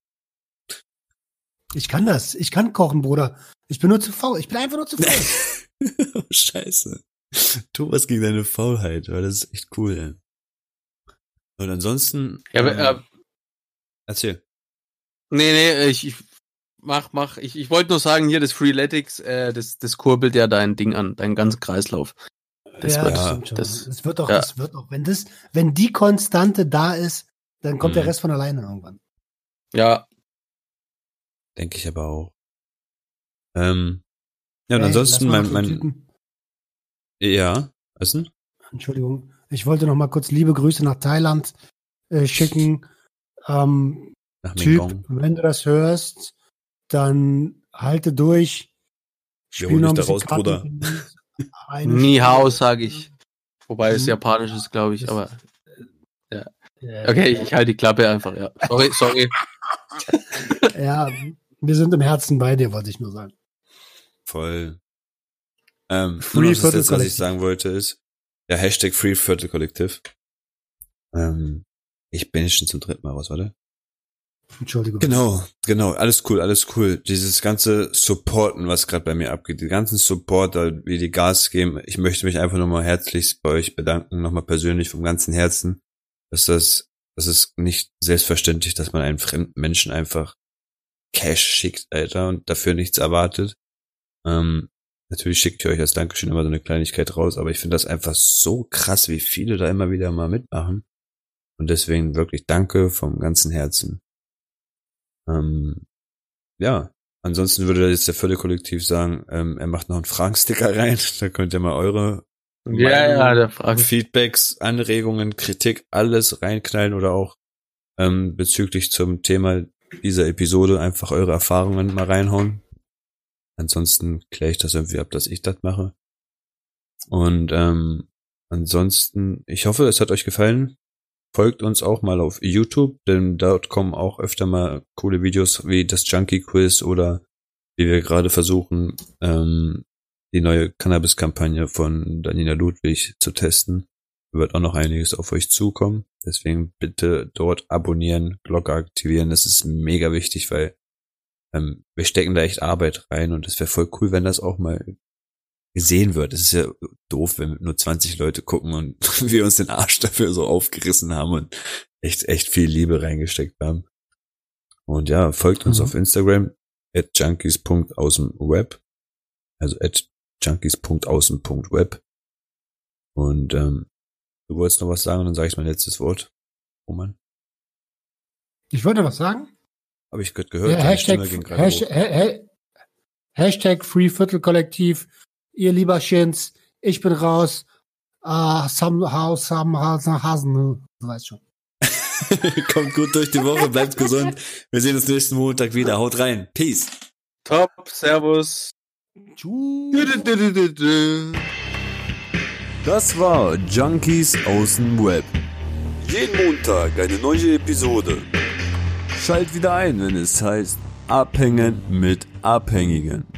Ich kann das. Ich kann kochen, Bruder. Ich bin nur zu faul. Ich bin einfach nur zu faul. Scheiße. Tu was gegen deine Faulheit, weil das ist echt cool, ey. Und ansonsten... Ja, erzähl. Nee, ich wollte nur sagen, hier das Freeletics, das kurbelt ja dein Ding an, deinen ganzen Kreislauf. Das stimmt schon. Es wird auch, wenn die Konstante da ist, dann kommt der Rest von alleine irgendwann. Ja. Denke ich aber auch. Ja, und ansonsten Ja, was denn? Entschuldigung. Ich wollte noch mal kurz liebe Grüße nach Thailand schicken. Nach Typ, Mengong. wenn du das hörst, dann halte durch. Spiel noch ein bisschen raus, Bruder. Ni hao, sage ich. Wobei es japanisch ist, glaube ich, aber ja. Okay, ich halte die Klappe einfach, ja. Sorry. Ja, wir sind im Herzen bei dir, wollte ich nur sagen. Voll. Free das Letzte, was ich sagen wollte, ist, ja, Hashtag Free Viertel Kollektiv. Ich bin schon zum 3. Mal raus, warte. Entschuldigung. Genau, alles cool. Dieses ganze Supporten, was gerade bei mir abgeht, die ganzen Supporter, wie die Gas geben, ich möchte mich einfach nochmal herzlichst bei euch bedanken, nochmal persönlich vom ganzen Herzen. Das ist nicht selbstverständlich, dass man einen fremden Menschen einfach Cash schickt, Alter, und dafür nichts erwartet. Natürlich schicke ich euch als Dankeschön immer so eine Kleinigkeit raus, aber ich finde das einfach so krass, wie viele da immer wieder mal mitmachen. Und deswegen wirklich danke vom ganzen Herzen. Ja, ansonsten würde jetzt der Viertel-Kollektiv sagen, er macht noch einen Fragensticker rein, da könnt ihr mal eure der Fragen. Feedbacks, Anregungen, Kritik, alles reinknallen oder auch bezüglich zum Thema dieser Episode einfach eure Erfahrungen mal reinhauen. Ansonsten kläre ich das irgendwie ab, dass ich das mache. Und ansonsten, ich hoffe, es hat euch gefallen. Folgt uns auch mal auf YouTube, denn dort kommen auch öfter mal coole Videos wie das Junkie Quiz oder wie wir gerade versuchen, die neue Cannabis-Kampagne von Daniela Ludwig zu testen. Da wird auch noch einiges auf euch zukommen. Deswegen bitte dort abonnieren, Glocke aktivieren. Das ist mega wichtig, weil wir stecken da echt Arbeit rein und es wäre voll cool, wenn das auch mal gesehen wird. Es ist ja doof, wenn nur 20 Leute gucken und wir uns den Arsch dafür so aufgerissen haben und echt viel Liebe reingesteckt haben. Und ja, folgt uns auf Instagram @junkies.außenweb, also @junkies.außen.web. Und du wolltest noch was sagen und dann sage ich mein letztes Wort. Roman? Ich wollte was sagen? Habe ich gerade gehört. Ja, Hashtag Free-Viertel-Kollektiv. Ihr Lieberchens, ich bin raus. Hasen, du weißt schon. Kommt gut durch die Woche, bleibt gesund. Wir sehen uns nächsten Montag wieder. Haut rein. Peace. Top, Servus. Das war Junkies aus dem Web. Jeden Montag eine neue Episode. Schalt wieder ein, wenn es heißt Abhängen mit Abhängigen.